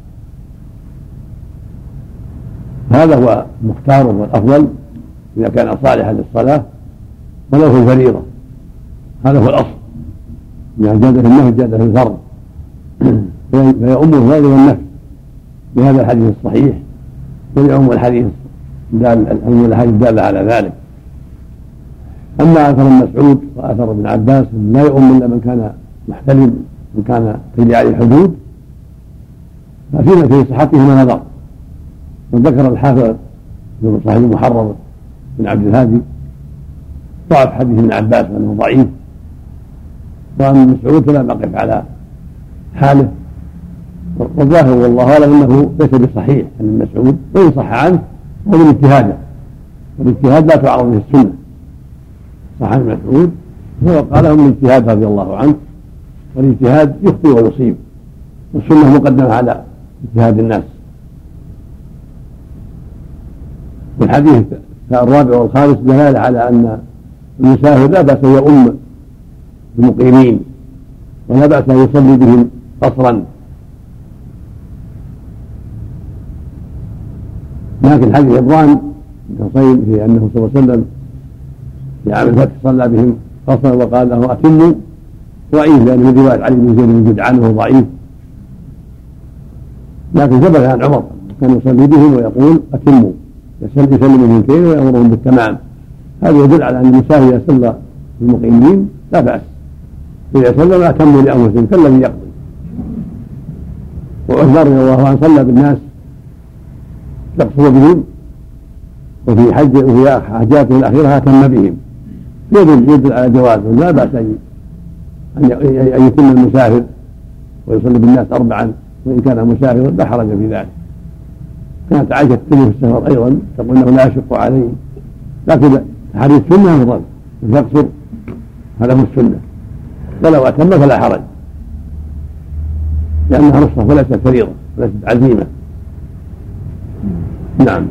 هذا هو المختار والأفضل إذا كان صالحا للصلاة ولو في الفريضة، هذا هو الأصل، إذا جاد في النفس جاد في الفرض، فيؤم الفرض والنفس بهذا الحديث الصحيح، ويؤم الحديث الدالة على ذلك. أما أثر ابن مسعود وأثر ابن عباس لا يؤم إلا من كان محتلم، من كان تجري عليه الحدود، ففيما في صحتهما نظر. وذكر الحافظ في صحيح المحرر بن عبد الهادي ضعف حديث ابن عباس وأنه ضعيف، وأن مسعود فلا نقف على حاله، والظاهر والله أعلم أنه ليس بصحيح عن ابن مسعود، وإن صح عنه هو من اجتهاده، والاجتهاد لا تعرض به السنة. صح عن مسعود هو قاله من الاجتهاد رضي الله عنه، والاجتهاد يخطئ ويصيب، والسنة مقدمة على اجتهاد الناس. والحديث الرابع والخامس دلالة على أن المسافر لا بأس أن يؤم المقيمين، ولا بأس أن يصلي بهم قصرا، لكن حديث عمران بن حصين في أنه صلى الله عليه وسلم في عام الفتح صلى بهم قصرا وقال له أتموا ضعيف، لأن من رواية علي بن زيد بن جدعان وهو ضعيف، لكن ثبت عن عمر كان يصلي بهم ويقول أتموا، يسلم اثنتين ويأمرهم بالتمام. هذا يدل على أن المسافر إذا صلى بالمقيمين لا بأس، إذا سلم أتموا لأنفسهم كالذي يقضي. وعثمان رضي الله عنه صلى بالناس يقصر بهم، وفي حاجاته الأخيرة أتم بهم، يدل على جواز، لا بأس أن يتم المسافر ويصلي بالناس 4 وإن كان مسافرا لا حرج في ذلك. كانت عائشة تتم في السفر أيضا تقول أنه لا يشق عليه، لكن حديث السنة أفضل، يقصر هذا هو السنة، ولو أتم فلا حرج، لأنها رخصة وليست فريضة وليست عزيمة. نعم.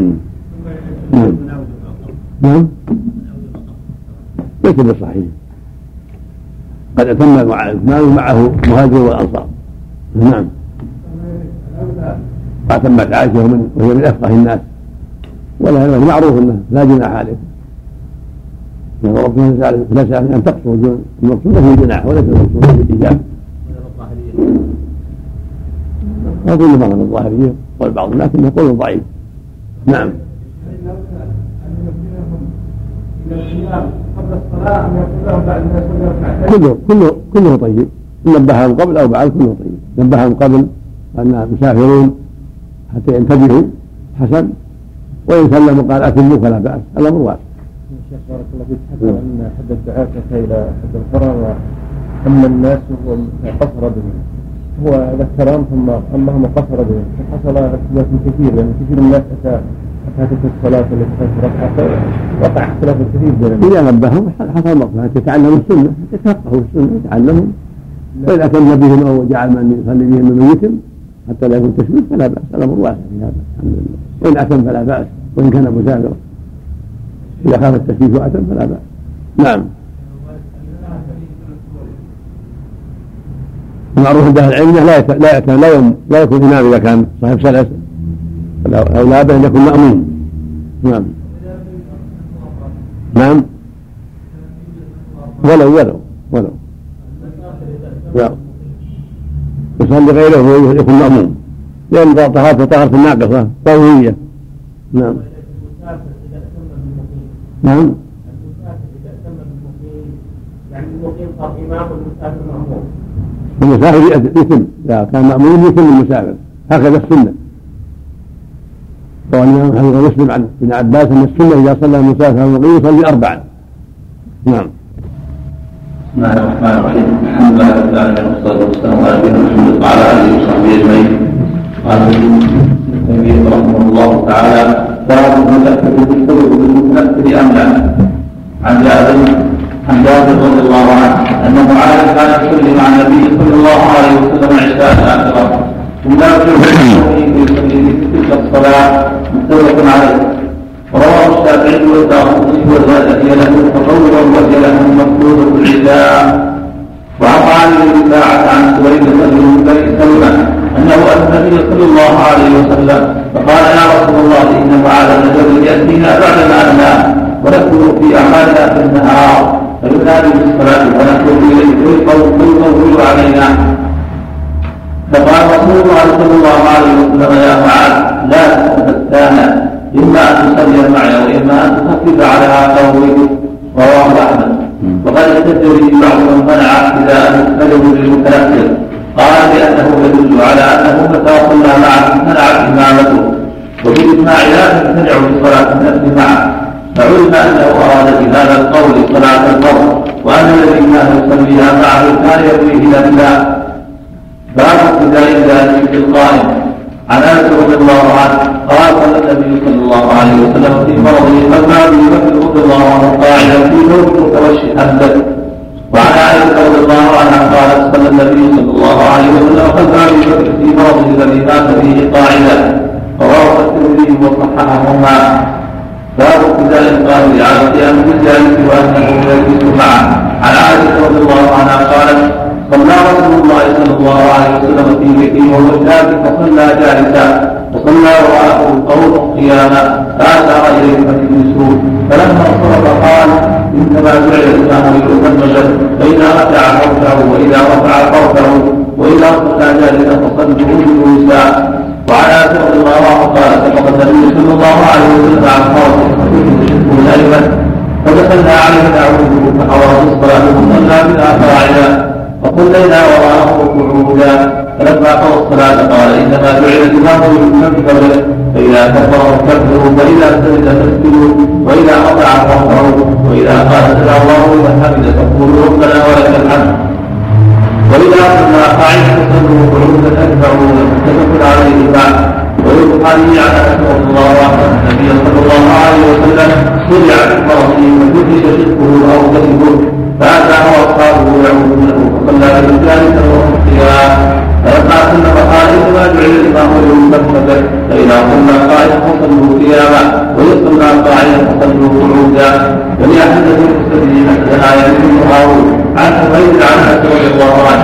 نعم ليس بصحيح، قد أتم معه مهاجر والأنصار. نعم فأتمت عائشة وهي من أفقه الناس، ولا معروف أنه لا جناح عليه، ربنا لا أن تقصر، المقصود في الجناح وليس المقصود في الإجابة. هذا مرة من الظاهرية قول بعض الناس إنه قول ضعيف. نعم. كله طيب، نبههم قبل أو بعد كله طيب، نبههم قبل أن مسافرون حتى ينتبهوا حسن، وإن سلموا قال أتموا فلا بأس، الأمر واسع. شيخ بارك الله فيك، حتى أن حد الدعاة أتى إلى حد القرى وأما الناس قصر بهم، هو ذكرهم ثم أمهم قصر بهم، فحصل اختلاف كثير، لأن كثير من الناس أتى الصلاة التي كانت ركعة، وقع اختلاف كثير بينهم. إذا نبههم حصل مصلحة يتعلموا السنة، يتفقهوا السنة يتعلموا، وإذا أتم بهم أو جعل من يصلي بهم من ميت حتى لا يكون تشويش فلا بأس، الأمر واسع في هذا الحمد لله، وإن أتم فلا بأس وإن كان مسافرا. إذا خاف التشويش وأتم فلا بأس. نعم. المعروف عند أهل العلم لا يكون إمام إذا كان صاحب سلس، أو لا بأس أن يكون مأمون. نعم. نعم. ولو نعم. يصلي غيره ويكون مأمون، لأن طهارة الناقصة ضرورية. نعم. نعم. المسافر يتم، إذا كان مأمون يتم المسافر، هكذا السنة. روى الإمام أحمد ومسلم عن ابن عباس أن السنة إذا صلى المسافر المقيم يصلي 4. نعم. بسم الله الرحمن الرحيم. الحمد لله رب العالمين والصلاة والسلام على نبينا محمد وعلى آله وصحبه أجمعين. قال ابن تيمية رحمه الله تعالى: باب المتأكد بالسبب بالمتأكد أم لا. عن جابر رضي الله عنه أن معاذ كان يصلي مع النبي صلى الله عليه وسلم عشاء الآخرة، ثم لا يصلي في تلك الصلاة، متفق عليه. ورواه الشافعي والدارقطني والغزالي له تطورا وجله مفروض العشاء. وعن علي بن ساعة عن سويد بن سلمة أنه أتى النبي صلى الله عليه وسلم فقال: يا رسول الله، إن معاذ بن يأتينا بعدما أنام ونكون في أعمالنا في النهار، فينادي بالصلاة ونكون إليه ويطول علينا. فقال رسول الله صلى الله عليه وسلم: يا معاذ، لا تتفتانا، إما أن تصلي معي وإما أن تخفف على قومك. رواه أحمد. وقد احتج به بعض من منع إذا أنه للمتنفل، قال بأنه يدل على أنه متى صلى معه امتنعت إمامته، وبالإجماع لا تمتنع بصلاة النفل معه. فعلم أنه أراد بهذا القول صلاة الفرض، وأن الذي كان يصليها معه كان يروي إلى الله. باب ابتداء ذلك في القائم. عن انس رضي الله عنه قال: صلى النبي صلى الله عليه وسلم في مرضه فما ابي بكر رضي الله عنه قاعدا في ثوب متوشحا به. وعن عائشه رضي الله عنها قالت: صلى النبي صلى الله عليه وسلم فما ابي بكر في مرضه الذي مات فيه قاعدا. رواه الترمذي وصححهما. باب ابتداء القائل على القيام بالجالس وانه يجلس معه. عن عائشه رضي الله عنها قالت: صلى رسول الله صلى الله عليه وسلم في بيته وهو شاك فصلى جالسا، وصلى وراءه قوم قياما فأشار إليه فجلسوا، فلما انصرف قال: إنما جعل الإسلام ليتمم، فإذا رفع فرجه وإذا رفع فرجه وإذا صلى جالسا فصلوا جلوسا. وعن انس رضي الله عنه قال: سقط النبي صلى الله عليه وسلم عن فرس يشركه الأيمن، فدخلنا عليه نعوذه فحضرت الصلاة وصلى بنا قاعدا، فصلينا وراءه قعودا. فلما قضى الصلاة قال: إنما جعل الإمام ليكبر، فإذا كبر فكبروا، وإذا سجد فاسجدوا، وإذا قطع فارفعوا، وإذا قال سمع الله لمن حمده فقولوا ربنا ولك الحمد، وإذا كنا قاعدا فصلوا قعودا أكبروا. متفق عليه بعد. ويقال عن انس رضي الله عنه ان النبي صلى الله عليه وسلم صلع في فرسه فجلس شقه أو كتفه، فأتاه أصحابه يعودونه فصلى بالجالس وهم قيام. فلما سلم قال: إنما جعل الإمام ليتمم، فإذا صلى قائما فصلوا قياما، وإذا صلى قاعدا فصلوا قعودا. ولأحمد بن مسلم حدثنا يزيد بن هارون عن حميد عن انس رضي الله عنه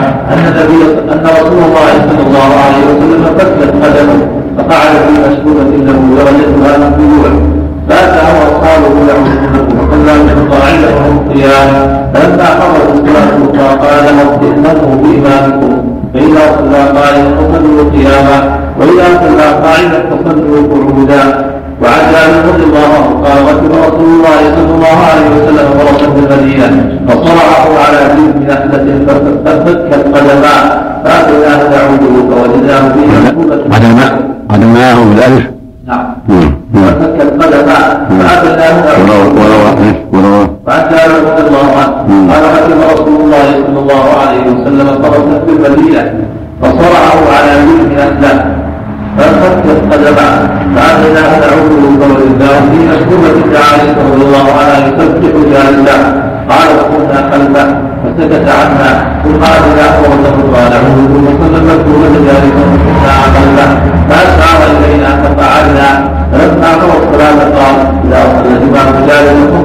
أن رسول الله صلى الله عليه وسلم فسلت قدمه فقعد في مشهورة له ورجتها من الجوع، فأتاه أصحابه يعودونه فصلى بهم قاعدا وهم قيام. فلما حضروا الصلاة قال: ائتموا بإمامكم، فإذا صلى قائما فصلوا قياما، وإذا صلى قاعدا فصلوا قعودا. وعن جابر رضي الله عنه قال: ركب رسول الله صلى الله عليه وسلم فرسا في المدينة فصرعه على جلد نخلة ففك القدمان، فأتيناه نعوده فوجدناه فيه مكتوبة قدماه بالألف. نعم. ففك القدمان فأتيناه نعوده. وعن جابر رضي الله عنه قال: ركب رسول الله صلى الله عليه وسلم فرسا في المدينة فصرعه على جلد نخلة ففك القدمان، فأتيناه نعوده فوجدناه فيه مكتوبة عائشة رضي الله عنها يسبح جالسا. قال: وقمنا خلفه فسكت عنا، ثم أتينا فرسه قال: نعوده فصلى المكتوبة جالسا وكنا خلفه، فأشعر إلينا ففعلنا. فلما قضى الصلاة قال: إذا صلى الإمام جالسا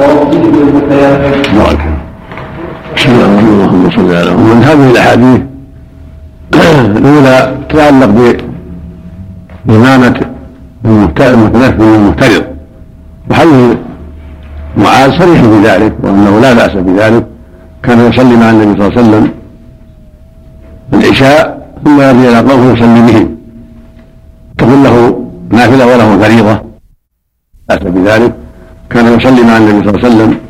بسم الله اللهم صل على محمد. من هذه الاحاديث الاولى تتعلق بإمامة المتنفل والمفترض، وحديث معاذ صريح في ذلك وأنه لا بأس بذلك، كان يصلي مع النبي صلى الله عليه وسلم العشاء ثم يرجع إلى قومه يصلي بهم، تكون له نافلة وله فريضة، لا بأس بذلك. كان يصلي مع النبي صلى الله عليه وسلم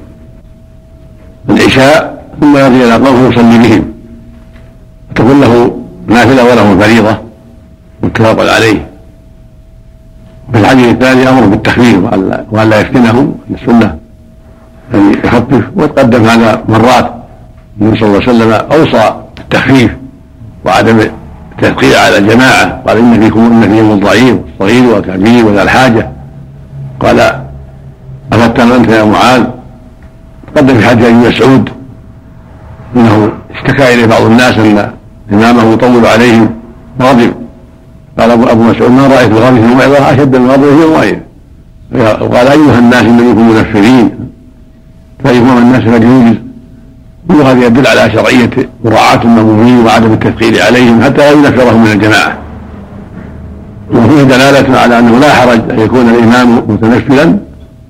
العشاء ثم يرجع إلى قومه يصلي بهم، تكون له نافلة وله فريضة، متفق عليه. في الحديث الثاني امر بالتخفيف وان لا يفتنهم، السنه ان يخفف، وتقدم هذا مرات. النبي صلى الله عليه وسلم اوصى بالتخفيف وعدم التثقيل على الجماعه، قال ان فيهم الضعيف والصغير والكبير وذا الحاجه. قال افتن انت يا معاذ؟ تقدم في حديث ابي مسعود انه اشتكى اليه بعض الناس ان امامه يطول عليهم، غضب. قال ابو مسعود ما رايت الغضب في الموعظه اشد من الغضب في الموعظه. وقال ايها الناس انكم منفرين فايهم الناس فليوجز. كل هذا يدل على شرعيه مراعاه المامومين وعدم التثقيل عليهم حتى لا ينفرهم من الجماعه. وفيه دلاله على انه لا حرج ان يكون الامام متنفلا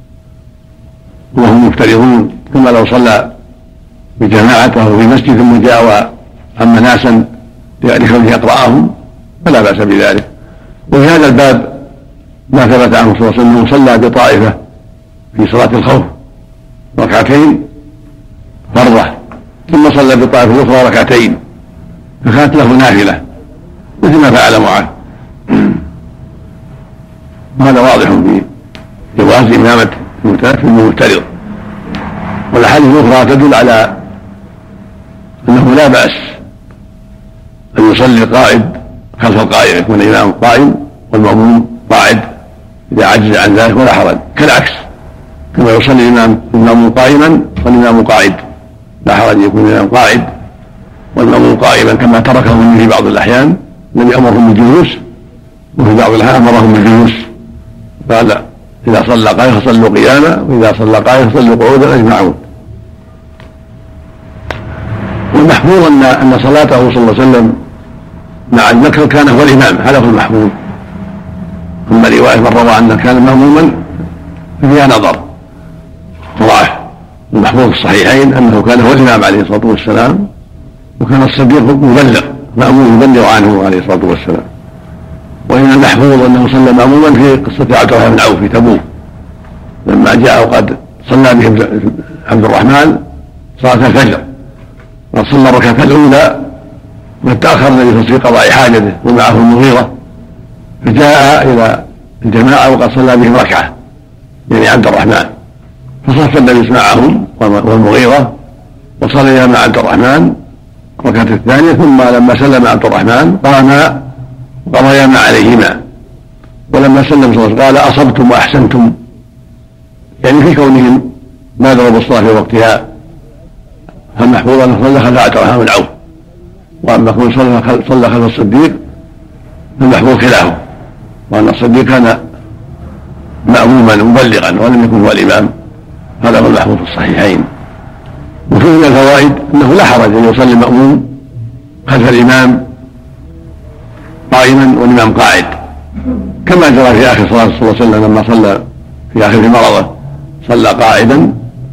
وهم مفترضون، كما لو صلى بجماعته في مسجد ثم جاء واما ناسا لكونه يقراهم فلا بأس بذلك. وفي هذا الباب ما ثبت عنه صلى الله عليه وسلم صلى بطائفة في صلاة الخوف ركعتين فرضة، ثم صلى بطائفة أخرى ركعتين، فكانت له نافلة مثل ما فعل معاذ. وهذا واضح في جواز إمامة المتنفل والمفترض. والأحاديث الأخرى تدل على أنه لا بأس أن يصلي القائد خلف القائم، يكون الإمام قائم والمأموم قاعد إذا عجز عن ذلك ولا حرج، كالعكس كما يصلي الإمام قائما والإمام قاعد، لا حرج يكون الإمام قاعد والمأموم قائما، كما تركهم في بعض الأحيان. النبي أمرهم بالجلوس، وفي بعض الأحيان أمرهم بالجلوس، قال إذا صلى قائما فصلوا قياما، وإذا صلى قائما فصلوا قعودا أجمعون. والمحفوظ أن صلاته صلى الله عليه وسلم مع المكر كان هو الإمام، هذا هو المحفوظ. أما رواية من روى أنه كان مأموما ففيها نظر وضعف. المحفوظ في الصحيحين أنه كان هو الإمام عليه الصلاة والسلام، وكان الصديق مبلغ مأموم يبلغ عنه عليه الصلاة والسلام. وإن المحفوظ أنه صلى مأموما في قصة عبد الرحمن بن عوف في تبوك لما جاء وقد صلى بهم عبد الرحمن صلاة الفجر، وصلى الركعة الأولى وتأخر النبي صلى الله عليه وسلم في قضاء حاجته ومعه المغيرة، فجاء إلى الجماعة وقد صلى بهم ركعة يعني عبد الرحمن، فصف النبي معهم والمغيرة وصليا مع عبد الرحمن الركعة الثانية، ثم لما سلم عبد الرحمن قاما وقضيا ما عليهما. ولما سلم صلى الله عليه وسلم قال أصبتم وأحسنتم، يعني في كونهم ما ضربوا الصلاة في وقتها. فالمحفوظ أنه صلى خلف عبد الرحمن بن عوف، واما كون صلى خلف الصديق فالمحفوظ خلافه، وان الصديق كان مأموما مبلغا ولم يكن هو الامام، هذا هو المحفوظ في الصحيحين. وفيه من الفوائد انه لا حرج ان يصلي المأموم خلف الامام قائما والامام قاعد، كما جرى في اخر صلاه صلى الله عليه وسلم لما صلى في اخر مرضه صلى قاعدا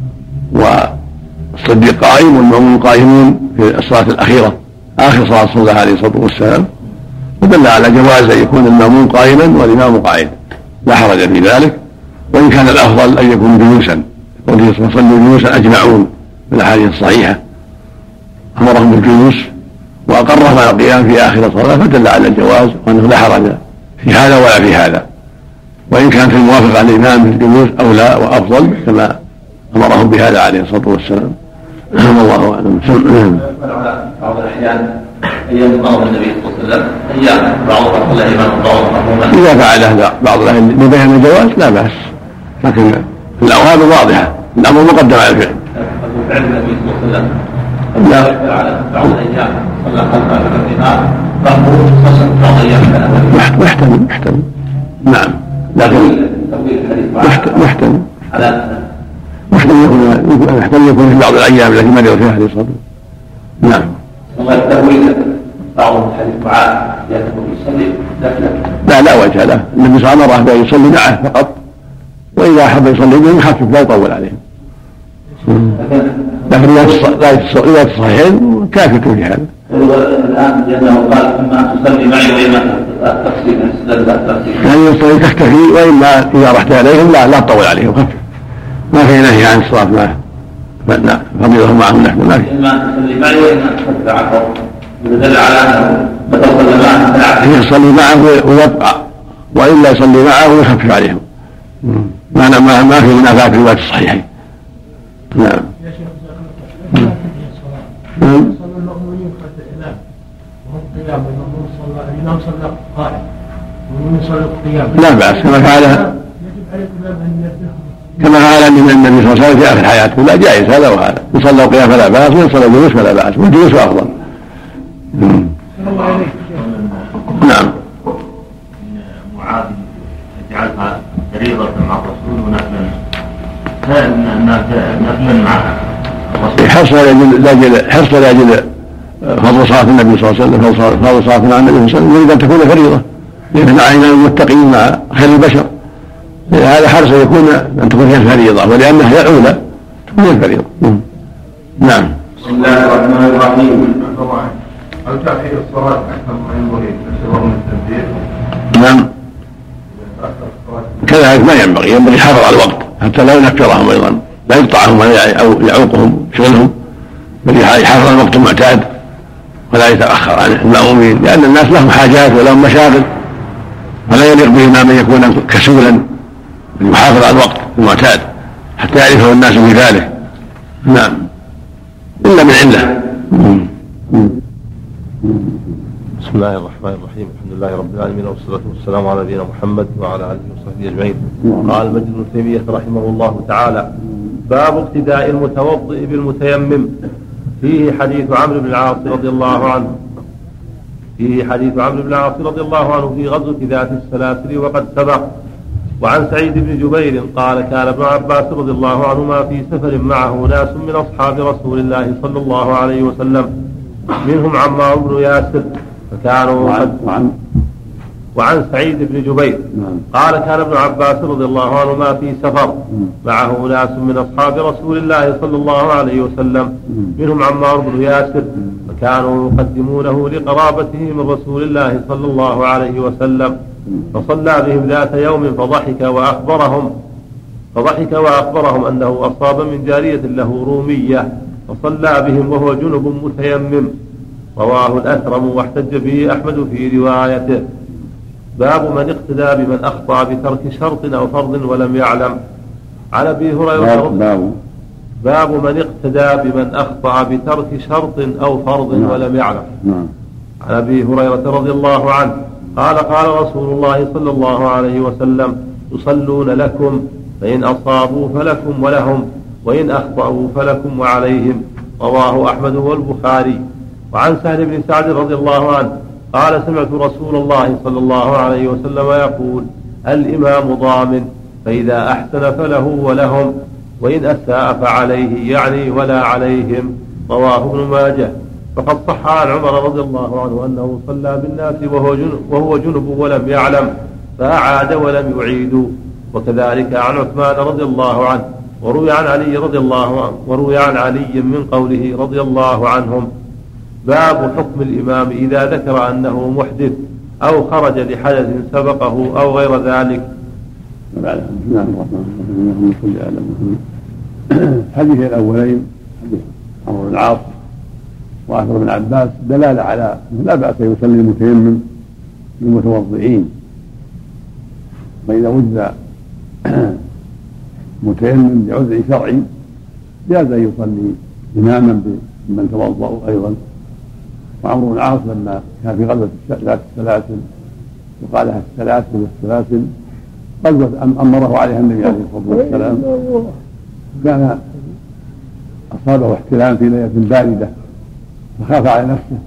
والصديق قائم والمأموم قائمون في الصلاه الاخيره آخر صلاة صلى الله عليه الصلاة والسلام، ودل على جواز أن يكون المأموم قائما والإمام قاعد، لا حرج في ذلك. وإن كان الأفضل أن يكون جلوسا، قوله صلوا جلوسا أجمعون من الأحاديث الصحيحة، أمرهم بالجلوس وأقرهم على القيام في آخر الصلاة، فدل على الجواز وأنه لا حرج في هذا ولا في هذا. وإن كان في الموافقة على الإمام بالجلوس أولى وأفضل كما أمرهم بهذا عليه الصلاة والسلام. والله اعلم. بعض الاحيان ايام مرض النبي صلى الله عليه وسلم ايام بعضها صلى امام بعضها مأموما، اذا فعل هذا بعض الاهل لبيان الجواز لا باس، لكن الاوهام واضحه، الامر مقدم على الفعل. فعل النبي صلى الله عليه وسلم لا على بعض الايام صلى خلف الامام بعضه صلى بعض الايام محتمل نعم، لكن محتمل يحتاج يكون في بعض الايام التي مرض فيها عليه الصلاه والسلام. نعم. ثم التأويل بعضهم حديث معاذ يذهب يصلي لا وجه له. النبي صلى الله عليه وسلم امره بان يصلي معه فقط، واذا احب يصلي بهم يخفف لا يطول عليهم. لكن رواية الصحيحين كافية في هذا. الآن لأنه قال إما تصلي معي وإما التقسيم يعني يصلي تختفي، وإما إذا رحت إليهم لا تطول عليهم، خفف. ما في نهي عن الصلاة معه، فضيله معهم نحن ما في. إما تصلي معي وإما تخفف عنه، ودل على أنه متى صلى معه يصلي معه ويبقى، وإلا يصلي معه ويخفف عليهم. ما في منافاة في رواية الصحيحين. نعم. يا شيخ صلى المأمونين خلف الإمام وهم قيام، والمأمون صلى الإمام صلى قائم والمأمون صلى قيام، لا بأس كما فعله، يجب على الإمام أن ينبههم كما فعل النبي صلى الله عليه وسلم في آخر حياته. لا جائز هذا وهذا، إن صلوا قيام فلا بأس، وإن صلوا جلوس فلا بأس، والجلوس أفضل. نعم. معاذ يجعلها فريضة مع الرسول ونفلا نفلا معها حرص لأجل فضل صلاة النبي صلى الله عليه وسلم، فضل صلاة مع النبي صلى الله عليه وسلم يريد أن تكون فريضة، لأن أعينا المتقين مع خير البشر، هذا حرص يكون أن تكون هي الفريضة، ولأنها هي الأولى تكون هي الفريضة. نعم. بسم الله الرحمن الرحيم. هل تأخير الصلاة أكثر ما ينبغي اعتبار من التنبيه؟ نعم. كذلك ما ينبغي يحافظ على الوقت حتى لا ينفرهم أيضا، لا يقطعهم أو يعوقهم شغلهم، بل يحافظ على الوقت المعتاد ولا يتأخر عن المأمومين، لأن الناس لهم حاجات ولهم مشاغل، فلا يليق بهما من يكون كسولا، بل يحافظ على الوقت المعتاد حتى يعرفه الناس بذلك. نعم. إلا من علة. بسم الله الرحمن الرحيم. الحمد لله رب العالمين، والصلاة والسلام على نبينا محمد وعلى آله وصحبه أجمعين. قال المجد ابن تيمية رحمه الله تعالى: باب ابتداء المتوضئ بالمتيمم. فيه حديث عمرو بن العاص رضي الله عنه في غزوة ذات السلاسل وقد سبق. وعن سعيد بن جبير قال: كان ابن عباس رضي الله عنهما في سفر معه ناس من أصحاب رسول الله صلى الله عليه وسلم، منهم عمار بن ياسر، فكانوا وعن سعيد بن جبير قال: كان ابن عباس رضي الله عنهما في سفر معه ناس من أصحاب رسول الله صلى الله عليه وسلم، منهم عمار بن ياسر، فكانوا يقدمونه لقرابته من رسول الله صلى الله عليه وسلم، فصلى بهم ذات يوم فضحك وأخبرهم أنه أصاب من جارية له رومية، فصلى بهم وهو جنب متيمم. رواه الأثرم واحتج به أحمد في روايته. باب من اقتدى بمن أخطأ بترك شرط أو فرض ولم يعلم. عن أبي هريرة باب من اقتدى بمن أخطأ بترك شرط أو فرض ولم يعلم. عن أبي هريرة رضي الله عنه قال: قال رسول الله صلى الله عليه وسلم: يصلون لكم، فإن أصابوا فلكم ولهم، وإن أخطأوا فلكم وعليهم. رواه أحمد والبخاري. وعن سهل بن سعد رضي الله عنه قال: سمعت رسول الله صلى الله عليه وسلم يقول: الإمام ضامن، فإذا أحسن فله ولهم، وإن أساء فعليه، يعني ولا عليهم. رواه ابن ماجه. فقد صح عن عمر رضي الله عنه أنه صلى بالناس وهو جنب ولم يعلم، فأعاد ولم يعيدوا. وكذلك عن عثمان رضي الله عنه، وروي عن علي من قوله رضي الله عنهم. باب حكم الإمام إذا ذكر أنه محدث أو خرج لحدث سبقه أو غير ذلك. الحديث الأولين حديث عمرو بن العاص وأثر بن عباس دلالة على لا بأس يصلي المتيمم للمتوضئين، فإذا وجد متيمم بعذر شرعي جاز أن يصلي إماما بمن توضأوا أيضا. وعمرو بن العاص لما كان في غزوة ذات السلاسل وقال لها السلاسل غزوة أمره عليها النبي عليه الصلاة والسلام، كان أصابه احتلام في ليلة باردة فخاف على نفسه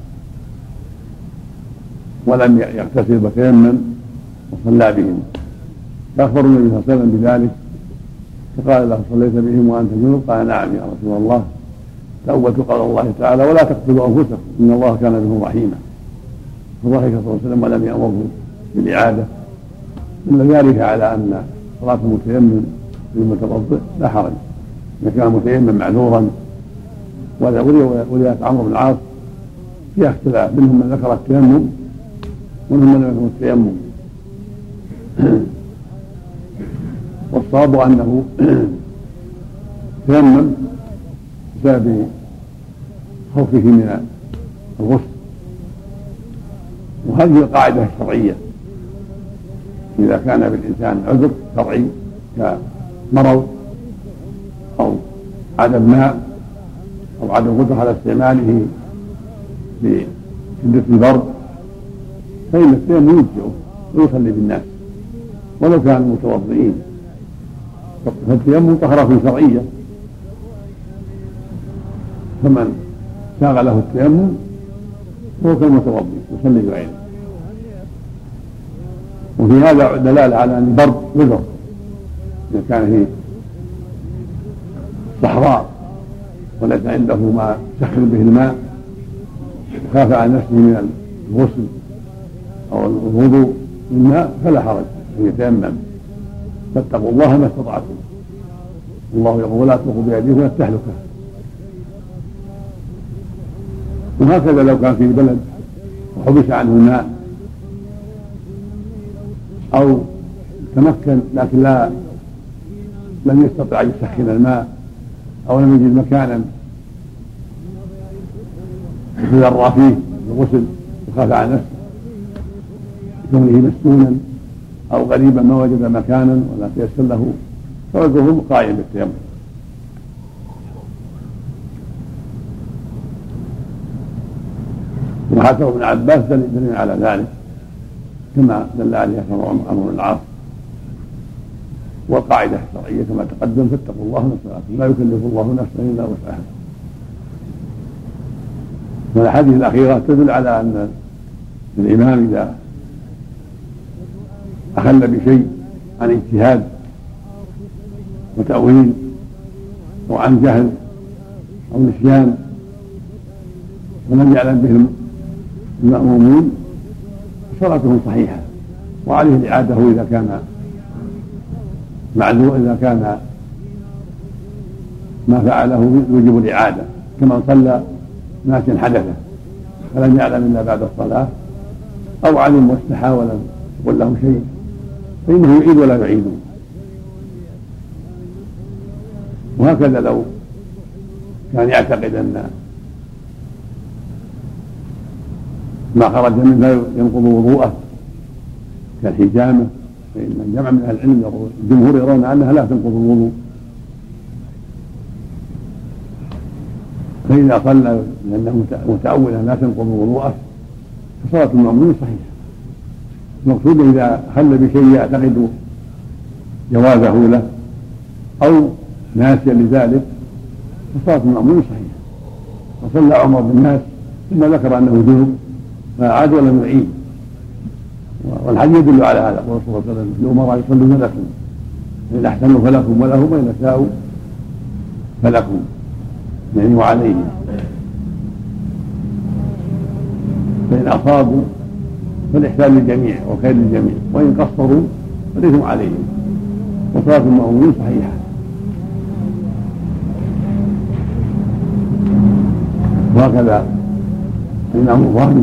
ولم يغتسل فتيمم وصلى بهم، فأخبر النبي صلى الله عليه وسلم بذلك، فقال له صليت بهم وأنت جنب؟ قال نعم يا رسول الله. تأولت قال الله تعالى ولا تقتلوا أنفسكم إن الله كان بهم رحيما. فضحك صلى الله عليه وسلم ولم يأمره بالإعادة. دل ذلك على أن صلاة المتيمم للمتوضئ لا حرج إذا كان المتيمم معذورا. ورواية عمرو بن العاص فيها اختلاف، منهم من ذكر التيمم ومنهم من ذكر التيمم. والصواب أنه تيمم بسبب خوفه من الغسل، وهذه القاعدة الشرعية إذا كان بالإنسان عذر شرعي كمرض أو عدم ماء أو عدم قدرة على استعماله بشدة البرد فإن التيمم يجزئه ويصلي بالناس ولو كانوا متوضئين. فالتيمم طهرة شرعية، فمن شاغله التيمم فهو كالمتوضئ يصلي بعينه. وفي هذا دلالة على أن البرد عذر إذا كان في صحراء وليس عنده ما يسخن به الماء وخاف على نفسه من الغسل أو الوضوء بالماء فلا حرج أن يتيمم. فاتقوا الله ما استطعتم. الله يقول لا تلقوا بأيديكم إلى التهلكة. وهكذا لو كان في بلد وحبس عنه الماء أو تمكن لكن لم يستطع أن يسخن الماء أو لم يجد مكانا يتذرع فيه الغسل وخاف على نفسه كونه مسكونا أو غريبا ما وجد مكانا ولا تيسر له فوجهه قائم بالتيمم. وحكى ابن عباس دليل على ذلك كما دل عليه عمرو بن العاص. والقاعدة الشرعية كما تقدم فاتقوا الله ما استطعتم لا يكلف الله نفسا إلا وسعها. والأحاديث الأخيرة تدل على أن الإمام إذا أخل بشيء عن اجتهاد وتأويل أو عن جهل أو نسيان ولم يعلم به المأمومون صلاته صحيحة وعليه الإعادة إذا كان معذور، إذا كان ما فعله يوجب الإعادة كما صلى ناس حدثه فلم يعلم إلا بعد الصلاة أو علم واستحى ولم يقل له شيء فإنه يعيد ولا يعيد. وهكذا لو كان يعتقد أن ما خرج منه لا ينقض وضوءه كالحجامة فإن جمع من أهل العلم الجمهور يرون أنها لا تنقض الوضوء. فإذا صلى لأنه متأولا لا تنقض وضوءه فصلاة المأمومين صحيحة. المقصود إذا خل بشيء يعتقد جوازه له أو ناسيا لذلك فصلاة المأمومين صحيحة. وصلى عمر بالناس ثم ذكر أنه جنب فعاد ولم يعيد. والحديث يدل على هذا قول صلى الله عليه وسلم الأمراء يصلون لكم فإن أحسنوا فلكم ولهم وإن أساءوا فلكم يعني وعليهم. فإن أصابوا فالإحسان للجميع وخير للجميع وإن قصروا فالإثم عليهم. وصلاة المأمومين صحيحة. وهكذا الإمام الظاهري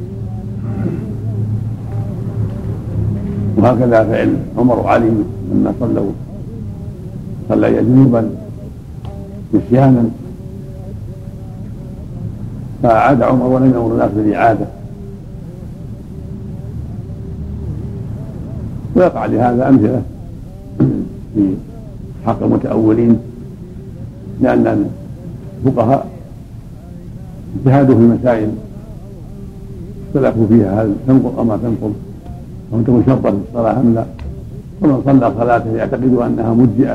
وهكذا فعل عمر وعلي لما صلى جنوبا نسيانا فأعاد عمر ولم يأمر الناس بالإعادة. ويقع لهذا أمثلة في حق المتأولين لأن الفقهاء اجتهادوا في مسائل اختلفوا فيها هل تنقض أو ما تنقض أو تكون شرطا في الصلاة أم لا. ومن صلى صلاته يعتقد أنها مجزئة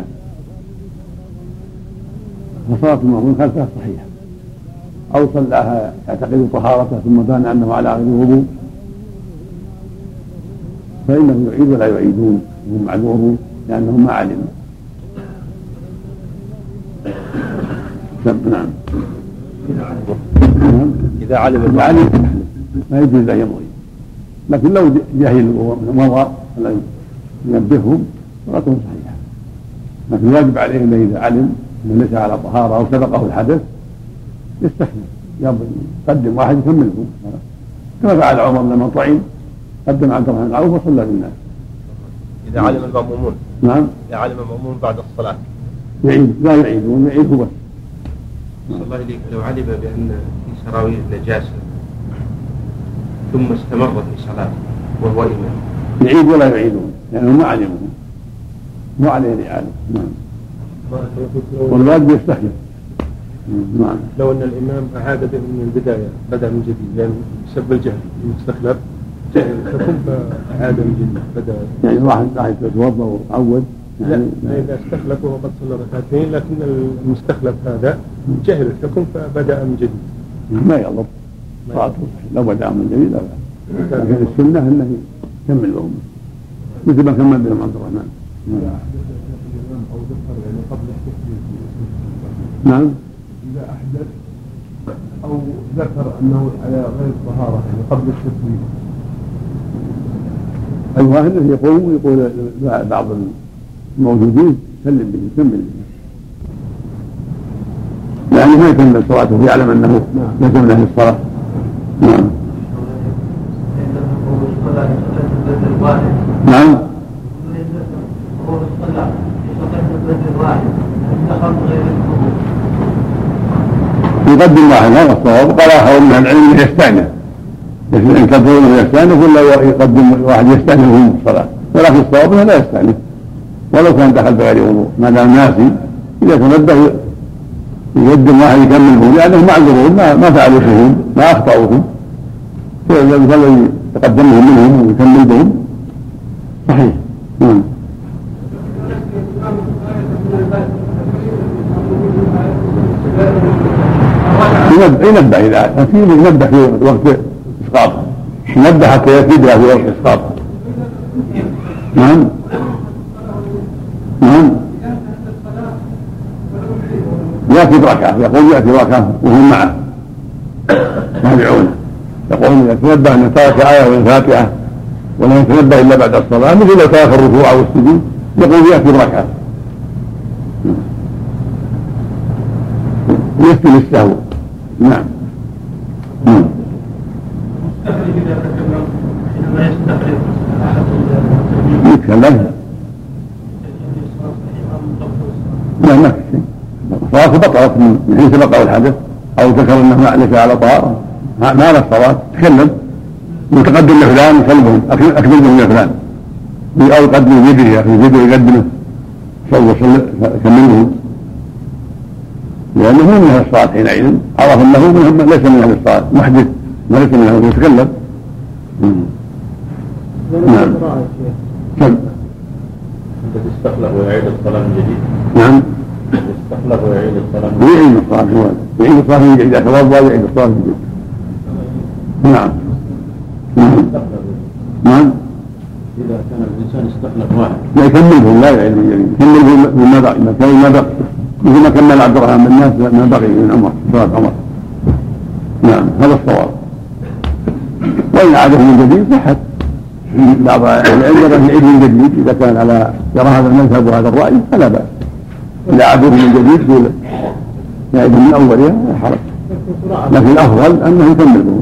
فصلاة المأمومين خلفها صحيحة أو صلاها يعتقد طهارته ثم بان أنه على غير وضوء فإنه يعيد ولا يعيدون وهم معذورون لأنهم ما علموا. نعم. إذا علم ما يجوز أن يمضي، لكن لو جهل ومضى فلا ينبههم صلاتهم صحيحة، لكن واجب عليه أنه إذا علم أنه ليس على طهارة أو سبقه الحدث يستحمل، يقدم واحد يكمله كما فعل عمر لما طعن قدم عبد الرحمن بن عوف وصلى بالناس. إذا علم المأمومون نعم إذا علم المأمومون بعد الصلاة يعيد، لا يعيدون، يعيد هو بس. صلى الله عليك لو علم بأن في سراويل نجاسة ثم استمر في صلاته وهو إمام يعيد ولا يعيدون لأنهم ما علموا، مو عليه الإعادة. نعم. والواجب يستحيل. نعم. لو أن الإمام أعاد به من البداية بدأ من جديد يعني بسبب الجهل المستخلف فكم فأعاد من جديد بدأ يعني واحد يتوضأ وعود لا إذا استخلف وهو قد صلى ركعتين لكن المستخلف هذا جهل فكم فبدأ من جديد ما يغلط صلاته صحيح لو بدأ من جديد لا بأس، لكن السنة أنه يكمل بهم مثل ما كمل بهم عبد الرحمن. نعم. إذا أحدث أو ذكر أنه على غير طهارة يعني قبل التسليم الظاهر أنه يقوم ويقول بعض الموجودين سلم به كمل به، يعني ما يكمل صلاته يعلم أنه ليس من أهل الصلاة. نعم. نعم. يقدم واحد هذا الصواب، قال آخر من العلم يستأنف، إن كان يستأنف ولا يقدم واحد يستأنف في الصلاة، ولكن الصواب لا يستأنف ولو كان دخل بغير وضوء ما دام ناسي، إذا تنبه يقدم واحد يكمله لأنهم معذورون ما فعلوا شيء ما أخطأوا فيه، فالذي يتقدمهم منهم ويكمل بهم صحيح. ينبه إذا في ينبه في وقت إسقاطه، ينبه حتى يفيدها في وقت إسقاطه. نعم. نعم. يأتي بركعة، يقول يأتي بركعة وهم معه تابعونه، يقول إذا تنبه أن ترك آية من الفاتحة ولا يتنبه إلا بعد الصلاة مثل لو ترك الركوع والسجود يقول يأتي بركعة يستلم السهو. نعم. يتكلم لا ما في شيء، صلاته بطلت من حين سبقه الحدث أو ذكر أنه ليس على طهارة ما له الصلاة تكلم وتقدم لفلان يكلمهم أكمل بهم لفلان أو يقدم يده في يده يقدمه كمله لأنه من أهل الصلاة حينئذ عرف أنه ليس من أهل الصلاة محدث ما ليس من أهل يتكلم. نعم. كم استخلف ويعيد الصلاة من جديد. نعم. استخلف ويعيد الصلاة من جديد. يعيد الصلاة يعيد الصلاة من جديد إذا توضأ يعيد الصلاة من جديد. نعم. نعم. إذا كان الإنسان استخلف واحد لا يكمله لا يعيد من جديد، يكمله مما بقي ما كان ما بقي مثل ما كمل عبد الرحمن بن الناس ما بقي من عمر صلاة عمر. نعم هذا الصواب. وإن عاده من جديد صحت بعض العلم أن يعيد من جديد إذا كان على يرى هذا المذهب وهذا الرأي فلا بأس، إذا عادوه من جديد يقول يعيد من أولها لا حرج، لكن الأفضل أنه يكمل به.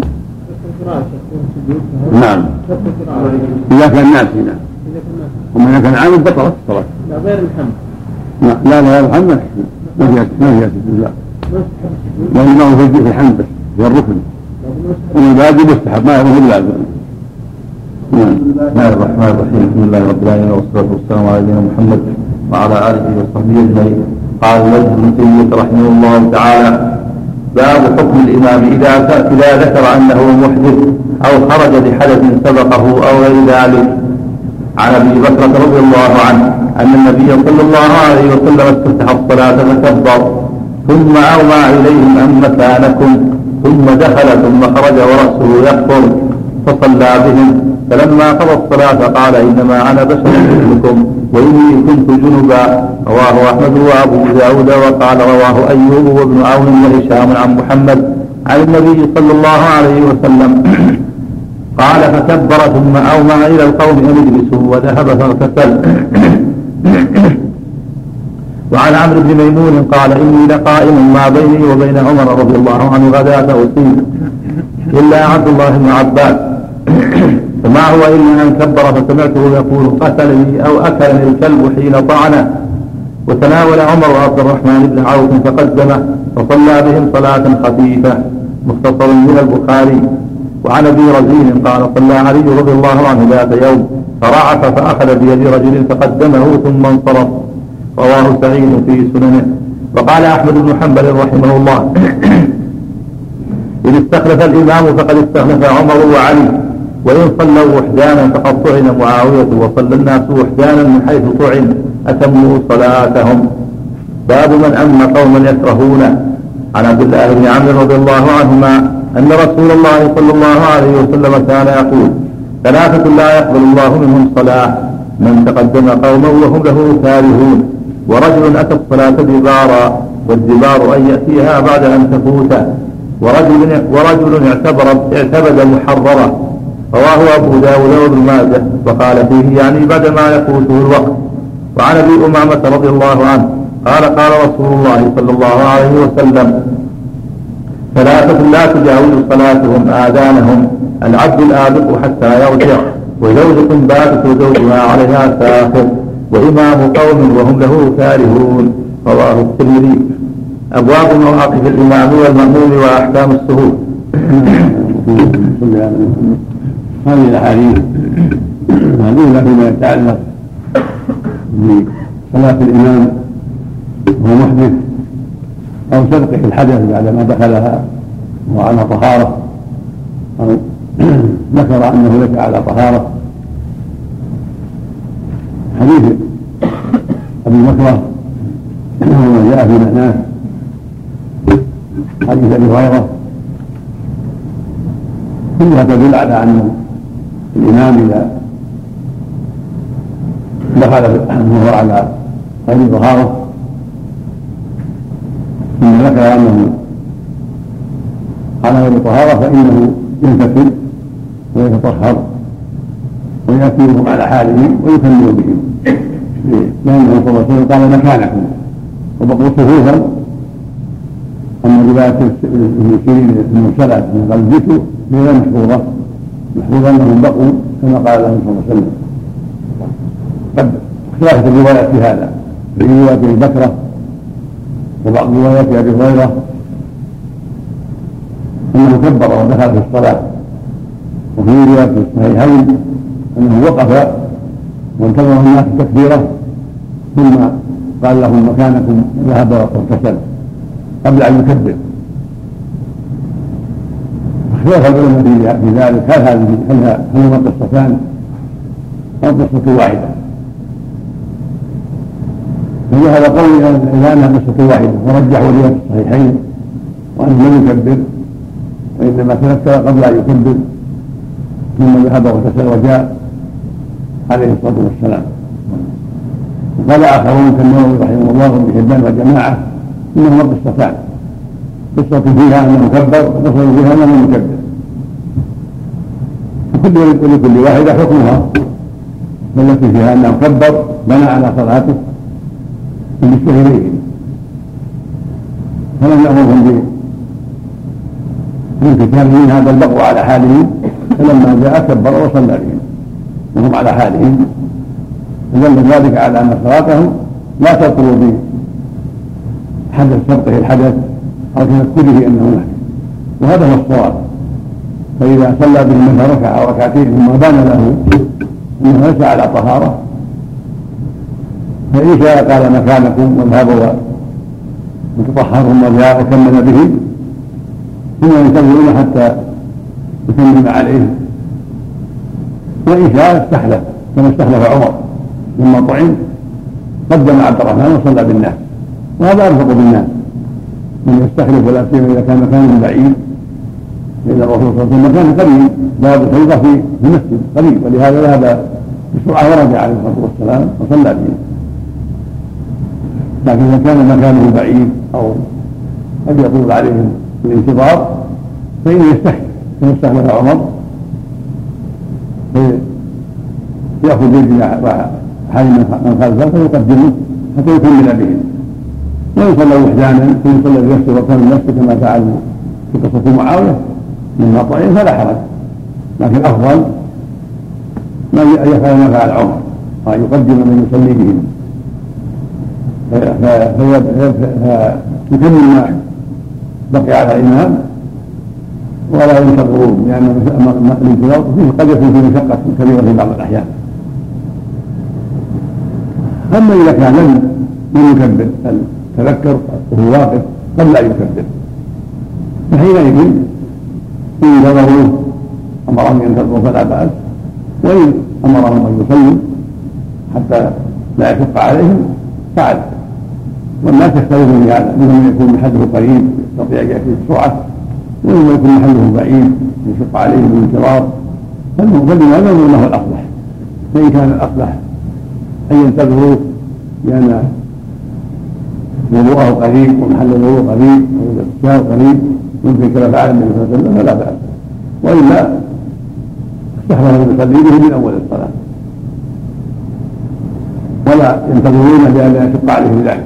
نعم إذا كان ناسينا، وما إذا كان عامل بطلت الصلاة. لا غير الحمد. لا غير الحمد ما فيها سجود لا، لأنه في الحمد بس في الركن والواجب مستحب ما يروح إلا ذلك. بسم الله الرحمن الرحيم، الحمد لله رب العالمين والصلاة والسلام على نبينا محمد وعلى آله وصحبه أجمعين. قال المجد ابن تيمية رحمه الله تعالى: باب حكم الإمام إذا ذكر أنه محدث أو خرج بحدث سبقه أو غير ذلك. عن أبي بكرة رضي الله عنه أن النبي صلى الله عليه وسلم استفتح الصلاة فكبر ثم أومى إليهم أن مكانكم ثم دخل ثم خرج ورأسه يخطر فصلى بهم فلما قضى الصلاة قال إنما أنا بشر مثلكم وإني كنت جنبا. رواه أحمد وأبو داود وقال رواه أيوب وابن عون وهشام عن محمد عن النبي صلى الله عليه وسلم قال فكبر ثم أومأ إلى القوم أن اجلسوا وذهب فاغتسل. وعن عمرو بن ميمون قال إني لقائم ما بيني وبين عمر رضي الله عنه غداة أصيب إلا عبد الله بن عباس فما هو إلا أن كبر فسمعته يقول قتلني أو أكلني الكلب حين طعنه. وتناول عمر وعبد الرحمن بن عوف فقدمه فصلى بهم صلاة خفيفة. مختصر من البخاري. وعن ابي رزين قال صلى علي رضي الله عنه ذات يوم فرعف فأخذ بيد رجل فقدمه ثم انصرف. رواه سعيد في سننه. وقال أحمد بن حنبل رحمه الله إذ استخلف الإمام فقد استخلف عمر وعلي وإن صلوا وحدانا فقد طعن معاوية وصلى الناس وحدانا من حيث طعن أتموا صلاتهم. باب من أم قوما يكرهون. عن عبد الله بن عمرو رضي الله عنهما أن رسول الله صلى الله عليه وسلم كان يقول ثلاثة لا يقبل الله منهم صلاة من تقدم قوما وهم له كارهون ورجل أتى الصلاة دبارا والدبار أن يأتيها بعد أن تفوت ورجل اعتبد محررة. رواه أبو داود وابن ماجه وقال فيه يعني بعدما يفوته الوقت. وعن أبي أمامة رضي الله عنه قال قال رسول الله صلى الله عليه وسلم ثلاثة لا تجاوز صلاتهم آذانهم العبد الآبق حتى يرجع وزوجة باتت وزوجها عليها ساخر وإمام قوم وهم له كارهون. رواه الترمذي. أبواب مواقف الإمام والمأموم وأحكام السهول. هذه الأحاديث هذه فيما يتعلق بصلاة الإمام وهو محدث أو سبقه الحدث بعدما دخلها وعلى طهارة أو ذكر أنه ليس على طهارة. حديث أبي بكر وما جاء في معناه حديث أبي هريرة كلها تدل على أن الإمام إذا دخل وهو على غير طهارة ثم ذكر أنه على غير طهارة فإنه ينفتل ويتطهر ويأتيهم على حالهم ويكمل بهم لأنه صلى الله عليه وسلم قال مكانكم وبقوا صفوفا. أما رواية ابن سيرين المرسلة من قال الذكر غير محفوظة أنهم بقوا كما قال لهم صلى الله عليه وسلم. قد اختلفت الروايات في هذا في رواية أبي بكر وبعض روايات أبي هريرة أنه كبر ودخل في الصلاة وفي رواية في الصحيحين أنه وقف وانتظر الناس تكبيره ثم قال لهم مكانكم ذهب واغتسل قبل أن يكبر. اختلف العلماء في ذلك هل هما قصتان أو قصة واحدة. فذهب قول إلى أنها قصة واحدة ورجحوا رواية الصحيحين وأنه لم يكبر وإنما تذكر قبل أن يكبر ثم ذهب واغتسل وجاء عليه الصلاة والسلام. وقال آخرون كالنووي رحمه الله وابن حبان وجماعة إنهما قصتان قصة فيها أنه كبر وقصة فيها أنه لم يكبر ولكل واحدة حكمها. والتي فيها أنه كبر بنى على صلاته بالنسبة إليهم فلم يأمرهم بالانفتال من هذا البقوا على حالهم فلما جاء كبر وصلى بهم وهم على حالهم فدل ذلك على أن صلاتهم لا تطلب بحدث سبقه الحدث أو تذكره أنه محدث وهذا هو الصواب. فإذا صلى بهم مثلا ركعة أو ركعتين ثم بان له أنه ليس على طهارة فإن شاء قال مكانكم واذهبوا وتطهرهم وجاء وكمل به ثم ينتظرون حتى يتمم عليه. وإن شاء استحلف كما استحلف عمر لما طعن قدم عبد الرحمن وصلى بالناس وهذا أرفق بالناس من يستحلف ولا سيما إذا كان مكانه بعيد لأن الرسول صلى الله عليه وسلم كان قريب باب الحلقة في المسجد قريب، ولهذا ذهب بسرعة ورجع عليه الصلاة والسلام وصلى فيه. لكن إذا كان مكانه بعيد أو قد يطول عليهم الانتظار فإنه يستحي كما استحمل عمر يأخذ بيد حال من خلفه فيقدمه حتى يكمل بهم، ويصلى وحدانا فيصلي بنفسه وكان نفسه كما فعل في قصة معاوية من مطعم فلا حرج، لكن أفضل ما يفعل ما فعل عمر ويقدم من يصلي بهم فيكمل ما بقي على الإمام ولا ينتظرون، لأن الانتظار فيه قد يكون فيه مشقة كبيرة في بعض الأحيان. أما إذا كان لم يكبر تذكر وهو واقف قد لا يكبر، فحينئذ إن انتظروه أمرهم أن ينتظروا فلا بأس، وإن أمرهم أن يصلوا حتى لا يشق عليهم فعل. والناس يختلفون في هذا، منهم يكون محله قريب يستطيع أن يأتي بسرعة، ومن يكون محله بعيد يشق عليهم الانتظار، فلماذا له الأصلح؟ فإن كان الأصلح أن ينتظروا لأن وضوءه قريب ومحل الوضوء قريب والاغتسال قريب يمكن كما فعل النبي صلى الله عليه وسلم فلا بأس، وإلا استحضر أن يصلي به من أول الصلاة ولا ينتظرون لئلا يشق عليهم ذلك.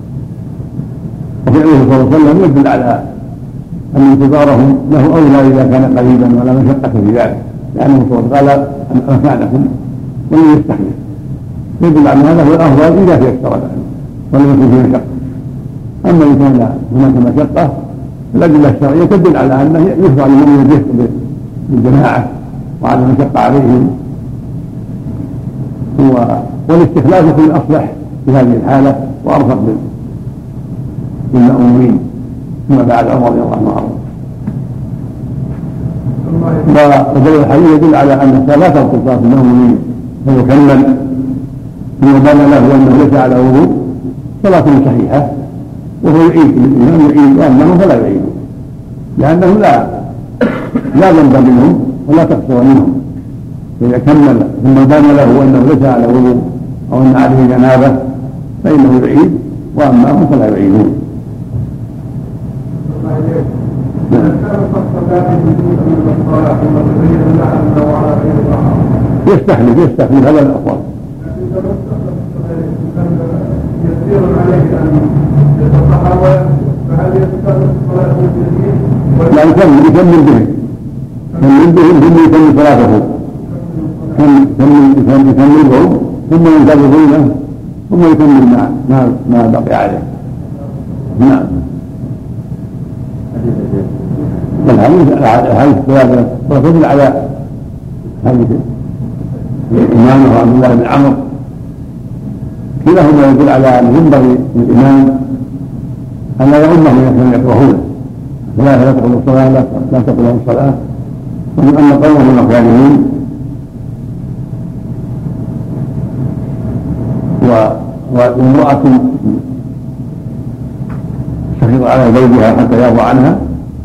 وفعله صلى الله عليه وسلم يدل على أن انتظارهم له أولى إذا كان قريبا ولا مشقة في ذلك، لأنه صلى الله عليه وسلم قال مكانكم ولم يستحمل، يدل على هذا هو الأفضل إذا تيسر ذلك ولم يكن فيه مشقة. أما إن كان هناك مشقة الأدلة الشرعية تدل على أنه يشرع لمن يجهز بالجماعة وعلى المشقة عليهم، والاستخلاف يكون أصلح في هذه الحالة وأرفق للمأمومين كما فعل عمر رضي الله عنه. ودليل الحديث يدل على أن الصلاة لا تبطل صلاة المأمومين فيكمل ثم بان له أنه ليس على وضوء صلاة صحيحة، وهو يعيد الإمام يعيد وأنه فلا يعيد لأنه لا ذنب منهم ولا تقصر منهم، فإذا كمل ثم بان له أنه ليس على وضوء أو أن عليه جنابة فإنه يعيد، وأما هم فلا يعيدون. يستحلف هذا الأفضل. يسير عليه أن يتصحر فهل يستخدم صلاة الجديد؟ لا يكمل بهم ثم يكمل صلاته، يكمل بهم ثم ينتظرونه ثم يكمل ما بقي عليه. نعم. الحديث الثلاثة تدل على حديث الإمام عبد الله بن عمرو كلاهما يدل على أن ينبغي للإمام أن لا يؤمه إذا كانوا يكرهونه، ثلاثة لا تقبل الصلاة لا تقبل لهم الصلاة، ومن أن قومهم كارهون وامرأة تحرض على زوجها حتى يرضى عنها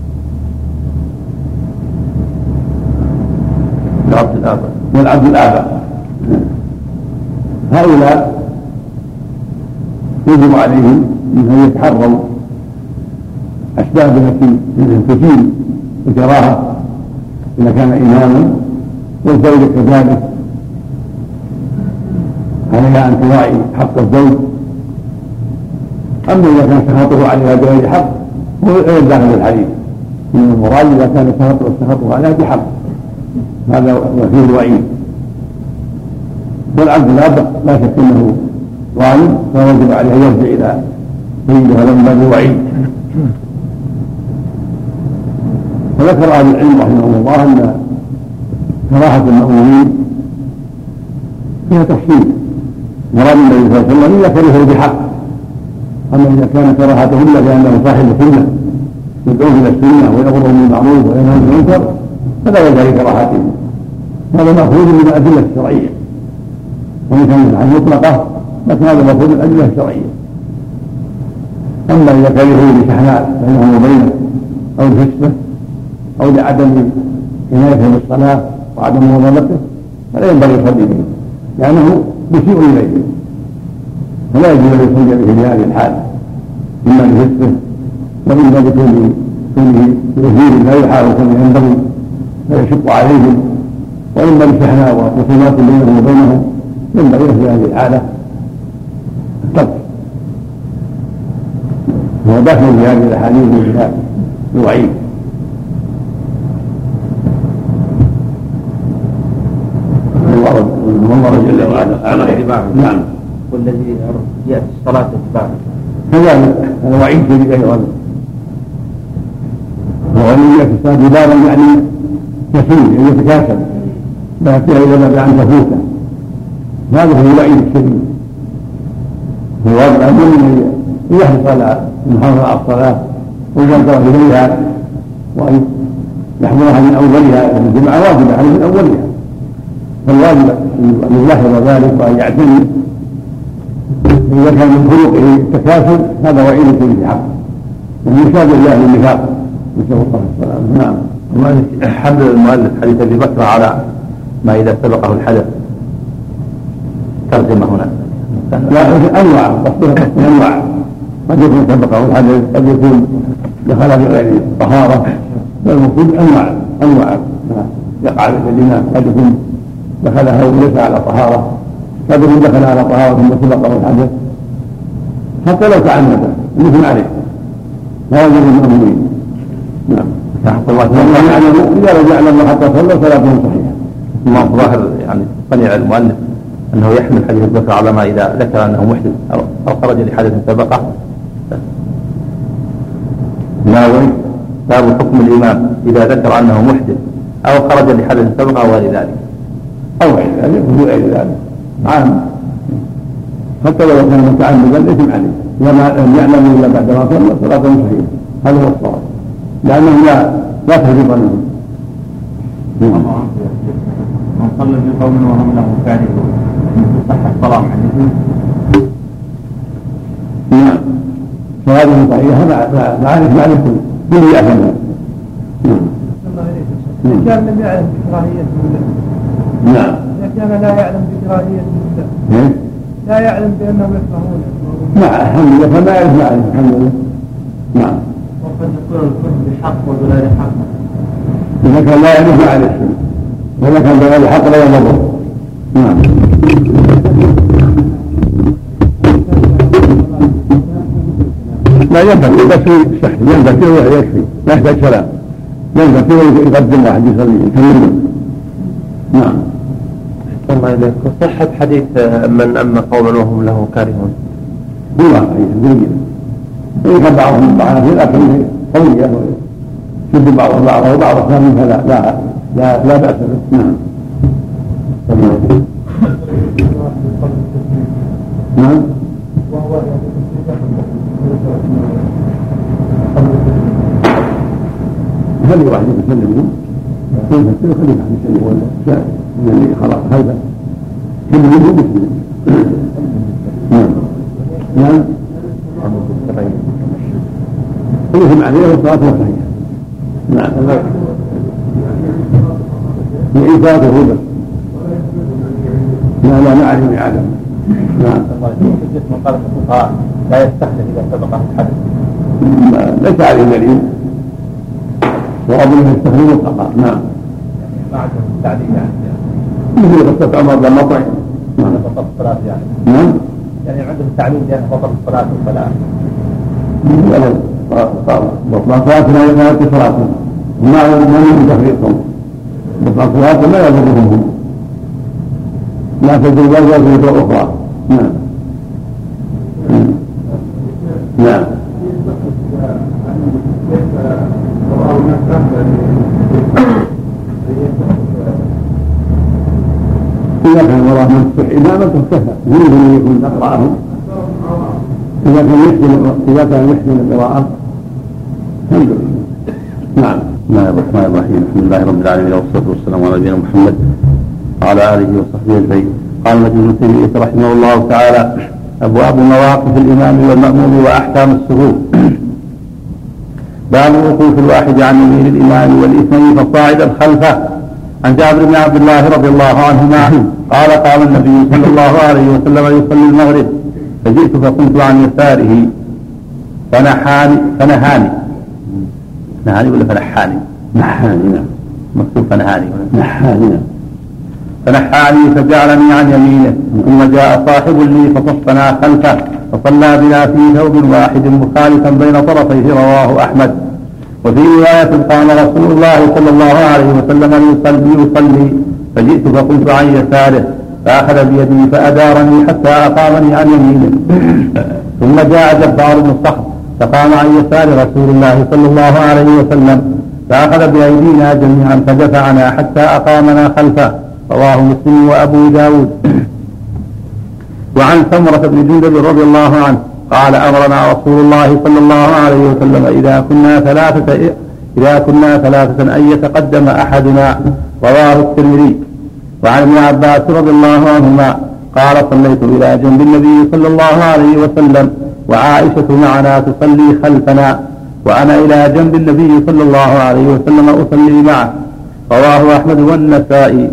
والعبد الآباء، هؤلاء يجب عليهم أن يتحروا أسباب التي تزيل الكراهة إذا كان إماما، والزوجة كذلك عليها أن تراعي حق الزوج. أما إذا كان سخطه عليها بغير حق هو غير داخل الحديث، من المراد إذا كان سخطه عليها بحق هذا فيه الوعيد. والعبد لا شك أنه ظالم فيجب عليه أن يرجع إلى سيده هذا من باب الوعيد. فذكر أهل العلم رحمهم الله أن كراهة المأمومين فيها تفصيل، مراد النبي صلى الله عليه وسلم إذا كرهه بحق، أما إذا كان كراهته إلا لأنه صاحب سنة يدعوه إلى السنة ويأمره بالمعروف وينهى عن المنكر فلا يدعي كراهته، هذا مأخوذ من الأدلة الشرعية، وإن كان الحج مطلقة لكن هذا مأخوذ من الأدلة الشرعية. أما إذا كرهه بشحناء بينهم وبينه أو الحسبة أو لعدم عنايته بالصلاة وعدم مواظبته فلا ينبغي يصلي به لأنه يسيء إليه، فلا يجوز أن يصلي به في هذه الحال، إما لفسقه وإما لكونه بأثير لا يحال كونه ينبغي فيشق عليهم، وإما لشحناء وخصومات بينهم وبينهم ينبغي في هذه الحالة الترك. وهو داخل في هذه الأحاديث من الوعيد. والله جل وعلا نعم. والذي يأتي الصلاة اتباعا كذلك هذا وعيد شديد أيضا. وأن يأتي الصلاة اتباعا يعني كثير يتكاسل لا يأتيها إلا بعد أن تفوته، هذا هو الوعيد الشديد. هو واجب أن يحرص على المحافظة على الصلاة ويجبر إليها وأن يحضرها من أولها، الجمعة واجبة عليه من أولها، فالواجب أن يلاحظ ذلك وأن يعتني. إذا كان من خلقه التكاسل هذا وعيد في حقه ومشابه الله للنفاق، نسأل الله السلامة. نعم. حمل المؤلف حديث أبي بكر على ما إذا سبقه الحدث ترجمة هنا. لا أنواع قصدها أنواع، قد يكون سبقه الحدث، قد يكون دخل بغير طهارة، فالمفروض أنواع يقع بالإناء، قد يكون دخلها وليس على طهارة، قد يكون دخل على طهارة ثم سبقه الحدث، حتى لو تعمد مثل عليه لا يجوز المأمومين. نعم. إذا رجع الله حتى صلى صلاته صحيحة. الله ظاهر يعني صنيع المؤلف أنه يحمل حديث البكر على ما إذا ذكر أنه محدث أو خرج لحدث سبقه. ناوي باب حكم الإمام إذا ذكر أنه محدث أو خرج لحدث سبقه أو غير ذلك أو غير ذلك عام، حتى لو كان متعمدا ليس عليه وما لم يعلم إلا بعد ما صلى صلاة صحيحة. هذا هو الصواب، لأنه لا تهرب منهم. من صلى في قوم وهم له كارهون صح الصلاة عليه. نعم. فهذه صحيحة معرفة كل يعلمها. إن كان لم يعلم بكراهيته. نعم. إذا كان لا يعلم بكراهيته لا يعلم بأنهم يكرهونه. نعم الحمد لله، فما يعرف الحمد لله. نعم. وقد يكون الكفر بحق وبغير حق. إذا كان لا يعرف ما عليه شيء، وإذا كان بغير حق لا يضر. نعم. لا ينبغي بس ينبغي ويكفي، لا يحتاج كلام، ينبغي ويقدم واحد يصلي يكمل. نعم. الله إليك. وصحة حديث من أما قوما وهم له كارهون. بالله جيد. إن كان بعضهم بعض لكن قوية يشد بعضهم بعضا وبعض الثاني فلا لا بأس به. نعم. نعم. هل واحد يسلم يفسر خليفة عن السلم ولا من اللي خلق خلفه كل منهم مسلم. نعم. نعم. يثم عليه والصلاة والصحيحة. نعم. لإنفاقه بس. لا نعرف بعدم. نعم. من قال الفقهاء لا يستحلف إذا سبقه الحدث. ليس عليه دليل، وأظن يستخدم القضاء. نعم. بعد التعليل يعني مثل قصة عمر بن مطعم. نعم. بطل الصلاة يعني. نعم. يعني عندهم تعليل لأن بطل الصلاة والصلاة. بطل صلاتنا لا يأتي صلاتنا وما من تفريقهم. بطل صلاتنا لا يضرهم هم، لا تدري ولا تدري أخرى. نعم. نعم. إذا كان وراء من تصح إمامة اختفى يريد أن يكون أقرأهم. إذا كان يحسن القراءة الحمد لله. نعم. بسم الله الرحمن الرحيم. الحمد لله رب العالمين والصلاة والسلام على نبينا محمد وعلى آله وصحبه أجمعين. قال المجد بن تيمية رحمه الله تعالى: أبواب مواقف الإمام والمأموم وأحكام السهول. باب وقوف الواحد عن يمين الإمام والاثنين فصاعدا خلفه. عن جابر بن عبد الله رضي الله عنهما قال قال النبي صلى الله عليه وسلم يصلي المغرب فجئت فقمت عن يساره فنهاني ولا فنحاني؟ نحاني مكتوب فنحاني فجعلني عن يمينه ثم جاء صاحب لي فصفنا خلفه فصلى بنا في ثوب واحد مخالفا بين طرفيه رواه أحمد. وفي رواية قال رسول الله صلى الله عليه وسلم يصلي فجئت فقلت عن يساره فأخذ بيدي فأدارني حتى أقامني عن يمينه ثم جاء جبار بن الصخر فقام عن يسار رسول الله صلى الله عليه وسلم فأخذ بأيدينا جميعا فدفعنا حتى أقامنا خلفه رواه مسلم وأبو داود. وعن سمرة بن جندب رضي الله عنه قال أمرنا رسول الله صلى الله عليه وسلم إذا كنا ثلاثة أن يتقدم أحدنا رواه الترمذي. وعن ابن عباس رضي الله عنهما قال صليت إلى جنب النبي صلى الله عليه وسلم وعائشة معنا تصلي خلفنا وأنا إلى جنب النبي صلى الله عليه وسلم أصلي معه رواه أحمد والنسائي.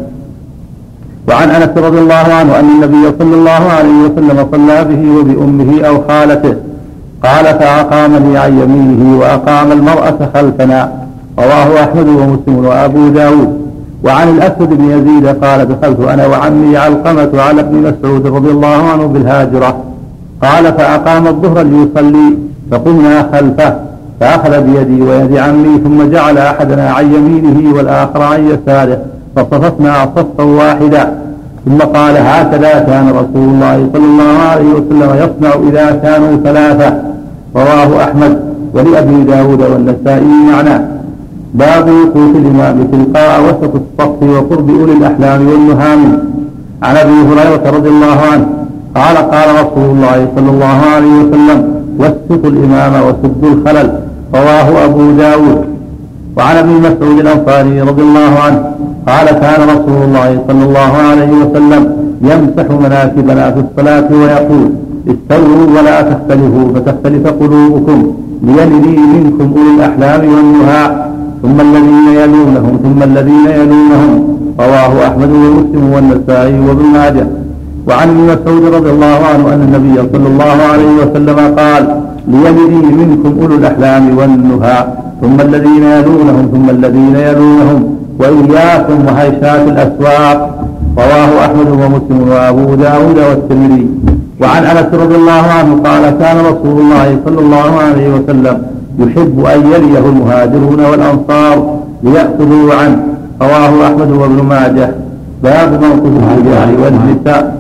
وعن أنس رضي الله عنه أن النبي صلى الله عليه وسلم صلى به وبأمه أو خالته قال فأقامني عن يمينه وأقام المرأة خلفنا رواه أحمد ومسلم وأبو داود. وعن الأسود بن يزيد قال دخلت أنا وعمي علقمة على ابن مسعود رضي الله عنه بالهاجرة قال فأقام الظهر ليصلي فقمنا خلفه فأخذ بيدي ويد عمي ثم جعل أحدنا عن يمينه والآخر عن يساره فصففنا صفا واحدا ثم قال هكذا كان رسول الله صلى الله عليه وسلم يصنع إذا كانوا ثلاثة رواه أحمد ولأبي داود والنسائي معناه. باب وقوف الإمام تلقاء وسط الصف وقرب أولي الأحلام والنهام. عن أبي هريرة رضي الله عنه قال قال رسول الله صلى الله عليه وسلم وسطوا الإمام وسدوا الخلل رواه أبو داود. وعن ابن مسعود الأنصاري رضي الله عنه قال كان رسول الله صلى الله عليه وسلم يمسح مناكبنا في الصلاة ويقول استووا ولا تختلفوا فتختلف قلوبكم ليلني منكم أولي الأحلام والنهى ثم الذين يلونهم ثم الذين يلونهم رواه أحمد ومسلم والنسائي وابن ماجه. وعن ابن مسعود رضي الله عنه أن النبي صلى الله عليه وسلم قال ليلني منكم أولو الأحلام والنهى ثم الذين يلونهم ثم الذين يلونهم وإياكم وهيشات الأسواق رواه أحمد ومسلم وأبو داود والترمذي. وعن أنس رضي الله عنه قال كان رسول الله صلى الله عليه وسلم يحب أن يليه المهاجرون والأنصار ليأخذوا عنه رواه أحمد وابن ماجه. باب موقف الرجال والنساء.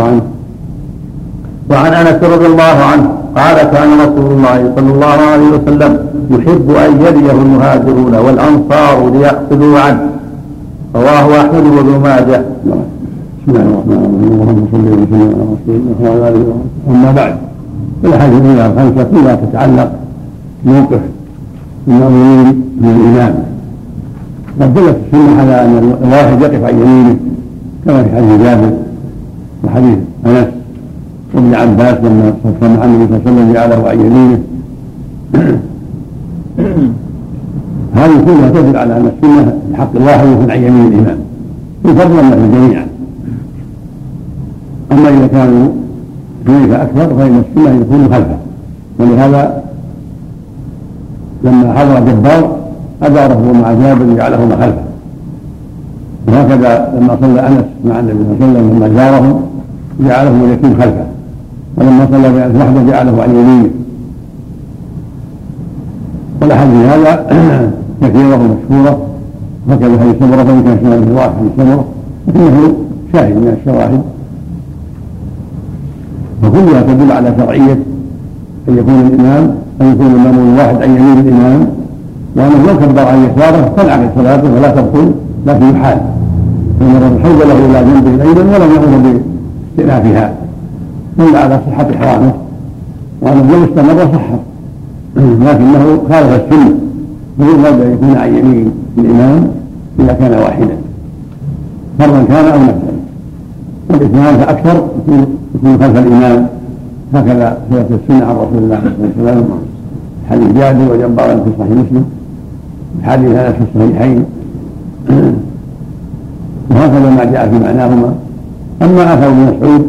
وعن أنس رضي الله عنه قال كان رسول الله صلى الله عليه وسلم يحب أن يليه المهاجرون والأنصار ليأخذوا عنه رواه أحمد وابن ماجه. بسم الله الرحمن الرحيم اللهم صل وسلم على رسول الله وعلى آله وصحبه. أما بعد فالأحاديث الخمسة كلها تتعلق موقف المأمومين من الإمام. قد دلت السنة على أن الواحد يقف عن يمينه كما في حديث جابر وحديث أنس وابن عباس لما صف مع النبي صلى الله عليه وسلم جعله عن يمينه. هذه كلها تدل على أن السنة بحق الواحد يكون عن يمين الإمام يفضل له جميعا. أما إذا كانوا شريك أكثر فإن السنة يكون خلفه. ولهذا لما حضر جبار أداره مع جابر جعلهما خلفه. وهكذا لما صلى أنس مع النبي صلى الله عليه وسلم لما جارهم جعله يكون خلفه. ولما صلى بأنس وحده جعله عن يمينه. والأحاديث هذا كثيرة ومشهورة وهكذا حديث سمرة فإن كان شاهد من واحد حديث سمرة لكنه شاهد من الشواهد. وكلها تدل على شرعية أن يكون الإمام أن يكون الإمام الواحد عن يمين الإمام وأنه لو كبر عن يساره تنعقد صلاته ولا تبطل لكن يحال فإن حول له إلى جنبه الأيمن ولم يأمر باستئنافها دل على صحة إحرامه وأنه لو استمر صحة لكنه خالف السنة ويرغب أن يكون عن يمين الإمام إذا كان واحدا فرضا كان أو نفسا. والاثنان فأكثر يكون خلف الإمام. هكذا ثبت السنة عن رسول الله صلى الله عليه وسلم حديث جابر وجبار في صحيح مسلم حديث أنس في الصحيحين وهكذا ما جاء في معناهما. أما أثر ابن مسعود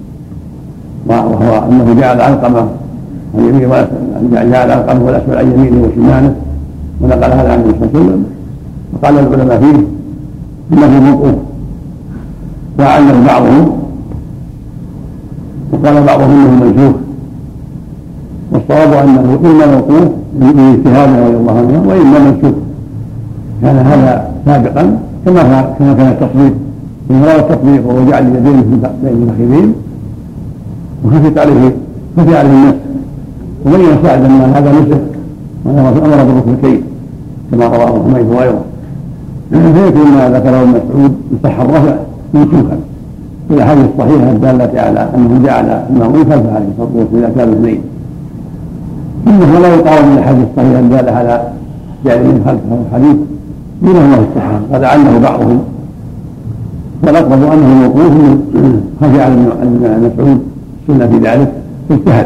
وهو أنه جعل علقمة عن يمينه جعل علقمة والأسود عن يمينه وشماله ونقل هذا عن النبي صلى الله عليه وسلم، وقال العلماء فيه إنه موقوف، وعلم بعضهم وقال بعضهم انه منسوخ، والصواب انه اما موقوف باجتهاده رضي الله عنه واما منسوخ. كان هذا سابقا كما كان التصوير، من روى التصوير وهو جعل اليدين بين الفخذين وخفي عليه النفس، وبين صاعدا ان هذا نسخ وامر بالركبتين كما رواه حميد وغيره، فيكون ما ذكره ابن مسعود يصح الرفع منسوخا في الاحاديث الصحيحه الداله على انه جعل المأمون خلفه عليه الصلاه والسلام اذا كانوا اثنين. انه لا يقاوم من الاحاديث الصحيحه الداله على جعلهم خلفه الحديث دونه هو الصحابه، قد عنه بعضهم، والاقرب انه موقوف خفي على ابن مسعود السنه في ذلك فاجتهد،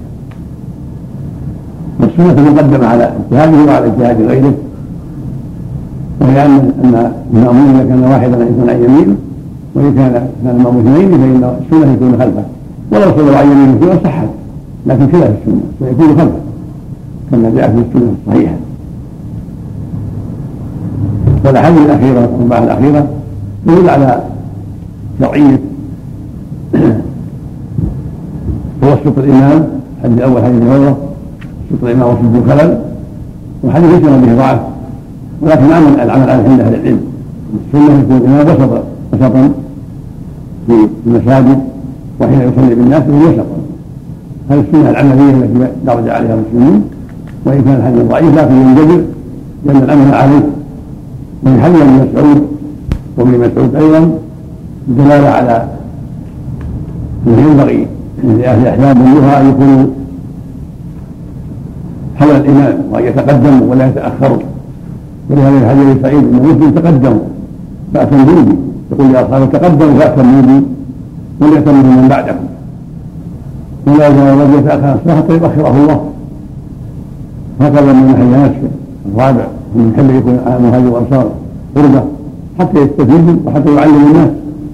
والسنه مقدمه على اجتهاده وعلى اجتهاد غيره، وهي ان المأمون اذا كان واحدا يكون عن يمينه، وإن كان المأمون اثنين فإن السنة يكون خلفه، ولو صلوا عن يمينه فيها صحت، لكن خلاف السنة فيكون خلفه كما جاء في السنة الصحيحة. والأحاديث الأخيرة والأربعة الأخيرة تدل على شرعية توسط الإمام. الحديث الأول حديث هريرة توسط الإمام وسد الخلل، وحديث ليس به ضعف، ولكن العمل على عند أهل العلم السنة يكون الإمام وسطا في المساجد وحين يصلي بالناس هو وسطا. هذه السنة العملية التي درج عليها المسلمين، وإن كان الحديث ضعيف لكن ينجبر لأن الأمر عليه. من حديث ابن مسعود وابن مسعود أيضا دلالة على أنه ينبغي لأهل الأحلام والنهى أن يكونوا حول الإمام وأن يتقدموا ولا يتأخروا، ولهذا الحديث سعيد بن مسلم تقدموا فأتموا بي، يقول لأصحابه تقدموا فأتموا بي وليأتموا من بعدكم، ولا يزال الرجل يتأخر الصلاة حتى يؤخره الله. هكذا من ناحية الرابع من حل يكون المهاجر والأنصار غربة حتى يستفيدوا وحتى يعلموا الناس.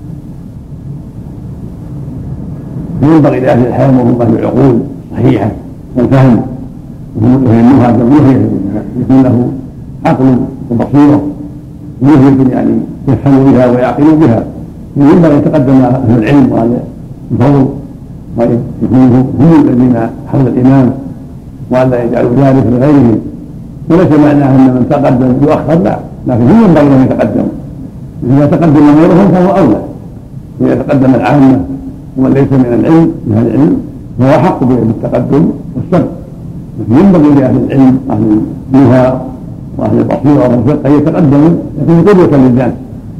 ينبغي لأهل الحلم وهم أهل العقول صحيحة والفهم وفهموها كالمهية يكون له عقل وبصيرة ومهية يعني يفهم بها ويعقل بها. ينبغي يتقدم أهل العلم وأهل الفضل ويكونوا هم الذين حول الإمام وألا يجعلوا ذلك لغيرهم، وليس معناه أن من تقدم يؤخر، لا، لكن هم ينبغي أن يتقدموا. إذا تقدم غيرهم فهو أولى، إذا تقدم العامة ومن ليس من العلم من أهل العلم فهو أحق بالتقدم والسبق. لكن ينبغي لأهل العلم وأهل النهى وأهل البصيرة وأهل الفقه أن يتقدموا يكونوا قدوة للناس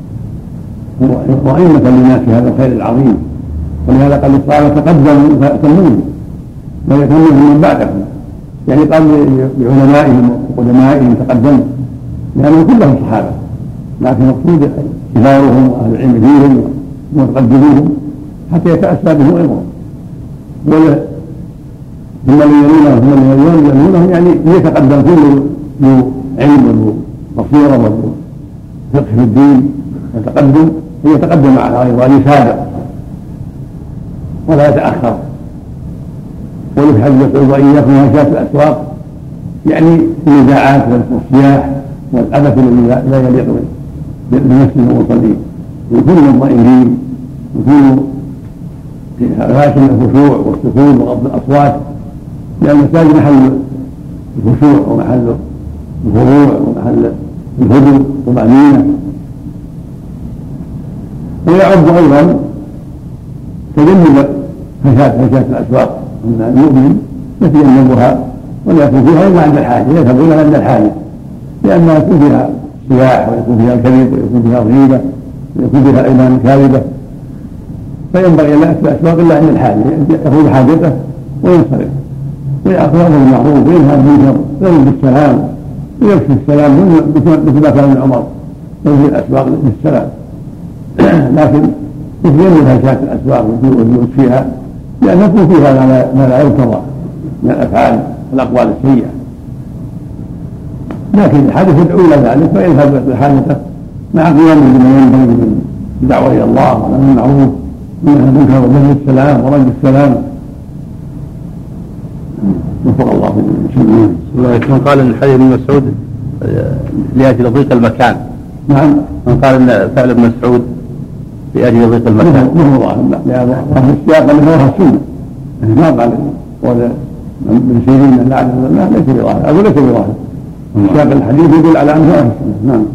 وأئمة للناس في هذا الخير العظيم. ولهذا قال الصحابة تقدموا فأتموني ويتمون من بعدكم، يعني قال لعلمائهم وقدمائهم تقدموا لأنهم كلهم صحابة، لكن المقصود كبارهم وأهل العلم فيهم ومتقدموهم حتى يتأسى بهم غيرهم. ثم الذين يلونهم يعني يتقدم كل ذو علم وذو بصيرة وذو فقه في الدين وتقدم يتقدم على غيره وأن يسابق ولا يتأخر. وفي حديث مسعود وإياكم وهشات الأسواق يعني النزاعات والصياح والأبث الذي لا يليق بالمسلم والمصلين، يكونوا مطمئنين يكونوا غاية الخشوع والسكون وغض الأصوات، لأن المساجد محل الخشوع ومحل الخضوع ومحل الهدوء والطمأنينة. ويعد أيضا تجنب هشات الأسواق أن المؤمن يتجنبها ولا يكون فيها إلا عند الحاجة، يذهب إليها عند الحاجة، لأنها يكون فيها صياح ويكون فيها كذب ويكون فيها غيبة ويكون فيها أيمان كاذبة، فينبغي أن لا يأتي الأسواق إلا عند الحاجة، يقول حاجته وينصرف ويأخذ المعروف وينهى عن المنكر ويرد بالسلام ويكفي السلام مثل ما كان ابن عمر يجري الأسواق بالسلام. لكن يتجنب هشات الأسواق والجلوس فيها، لأن يكون فيها ما لا يرتضى من الأفعال والأقوال السيئة لكن الحديث يدعو الى ذلك فيذهب بحاجته مع قيامه بما ينبغي من الدعوه الى الله والامر بالمعروف والنهي عن المنكر وبذل السلام ورد السلام. وفق الله المسلمين. من قال ان الحديث ابن مسعود لاجل ضيق المكان. نعم. من قال ان فعل ابن مسعود لاجل ضيق المكان. مو ظاهر لا ظاهر السياق اللي هو السنه ما قال ولا ابن سيرين لا ليس بظاهر اقول ليس بظاهر. سياق الحديث يدل على انه اهل السنه. نعم.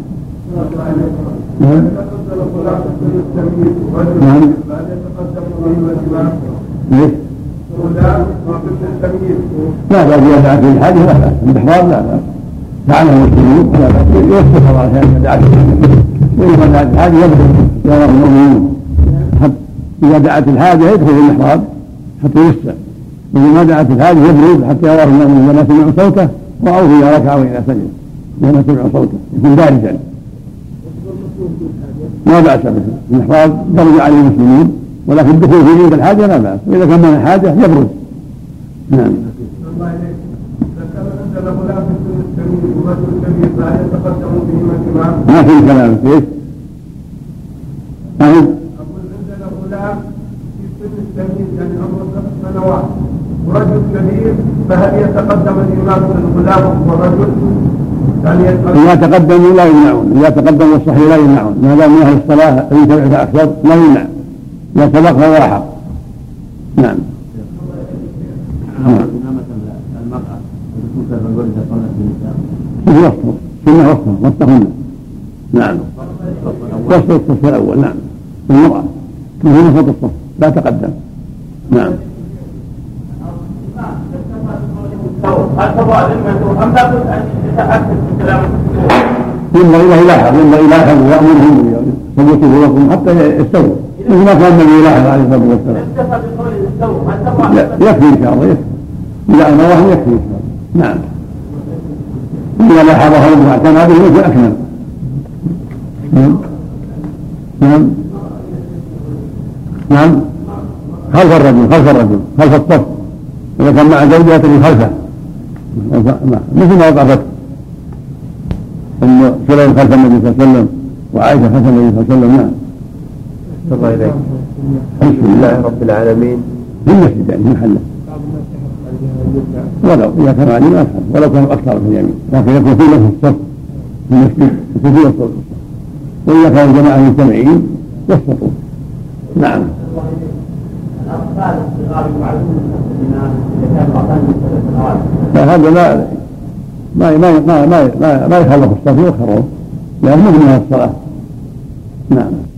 نعم. ليش؟ لا بأس يدعى في الحاجة لا بأس الإحرام لا بأس فعله المسلمون لا بأس يوسف الله عشان يدعى في الحاجة وإذا دعت الحاجة يدخل يرى المؤمنون إذا دعت الحاجة يدخل الإحرام حتى يوسع وإذا ما دعت الحاجة يبرد حتى يراه المؤمنون لما سمعوا صوته رأوه إذا ركع وإذا سجد لما سمعوا صوته يكون بارزا ما بأس به الإحرام درجة على المسلمين ولكن الدخول في عند الحاجة لا بأس وإذا كان من الحاجة يبرد. نعم. ما في كلام كيف؟ أقول عندنا غلام في سن التمييز يعني عمره 6 سنوات ورجل كبير فهل يتقدم الإمام الغلام والرجل؟ إذا تقدموا لا يمنعون، إذا تقدموا الصحيح لا يمنعون، ما دام من أهل الصلاة الذي تبعث أكثر لا يمنع، إذا سبق فهو أحق. نعم. المرأة تكون كالرجل إذا صلت بالنساء. في وسطهم، سنة وسطهم، وسطهن. نعم. وسط الصف الأول. نعم. المرأة تكون وسط الصف لا تقدم. نعم. ينبغي له يلاحظ ويأمرهم يصوتوا لكم حتى يستووا مثل ما كان النبي يلاحظ عليه الصلاة والسلام. يكفي إن شاء الله يكفي إذا أمرهم يكفي إن شاء الله. نعم. إذا لاحظهم واعتنى به يكون أكمل. نعم. نعم. خلف الرجل خلف الصف إذا كان مع زوجها تجي خلفه مثل ما وقفت أم سليم خلف النبي صلى الله عليه وسلم وعائشة خلف النبي صلى الله عليه وسلم. نعم. الله إليك. الحمد لله رب العالمين. في المسجد يعني في محله ولو إذا كان عليه ما أفهم ولو كانوا أكثر في اليمين لكن يكون في نفس الصف في المسجد يكون في وسط الصف وإذا كانوا جماعة مجتمعين يسقطوا. نعم. هذا ما يخلف الصف يؤخرون لأنه مبني على الصلاة. نعم.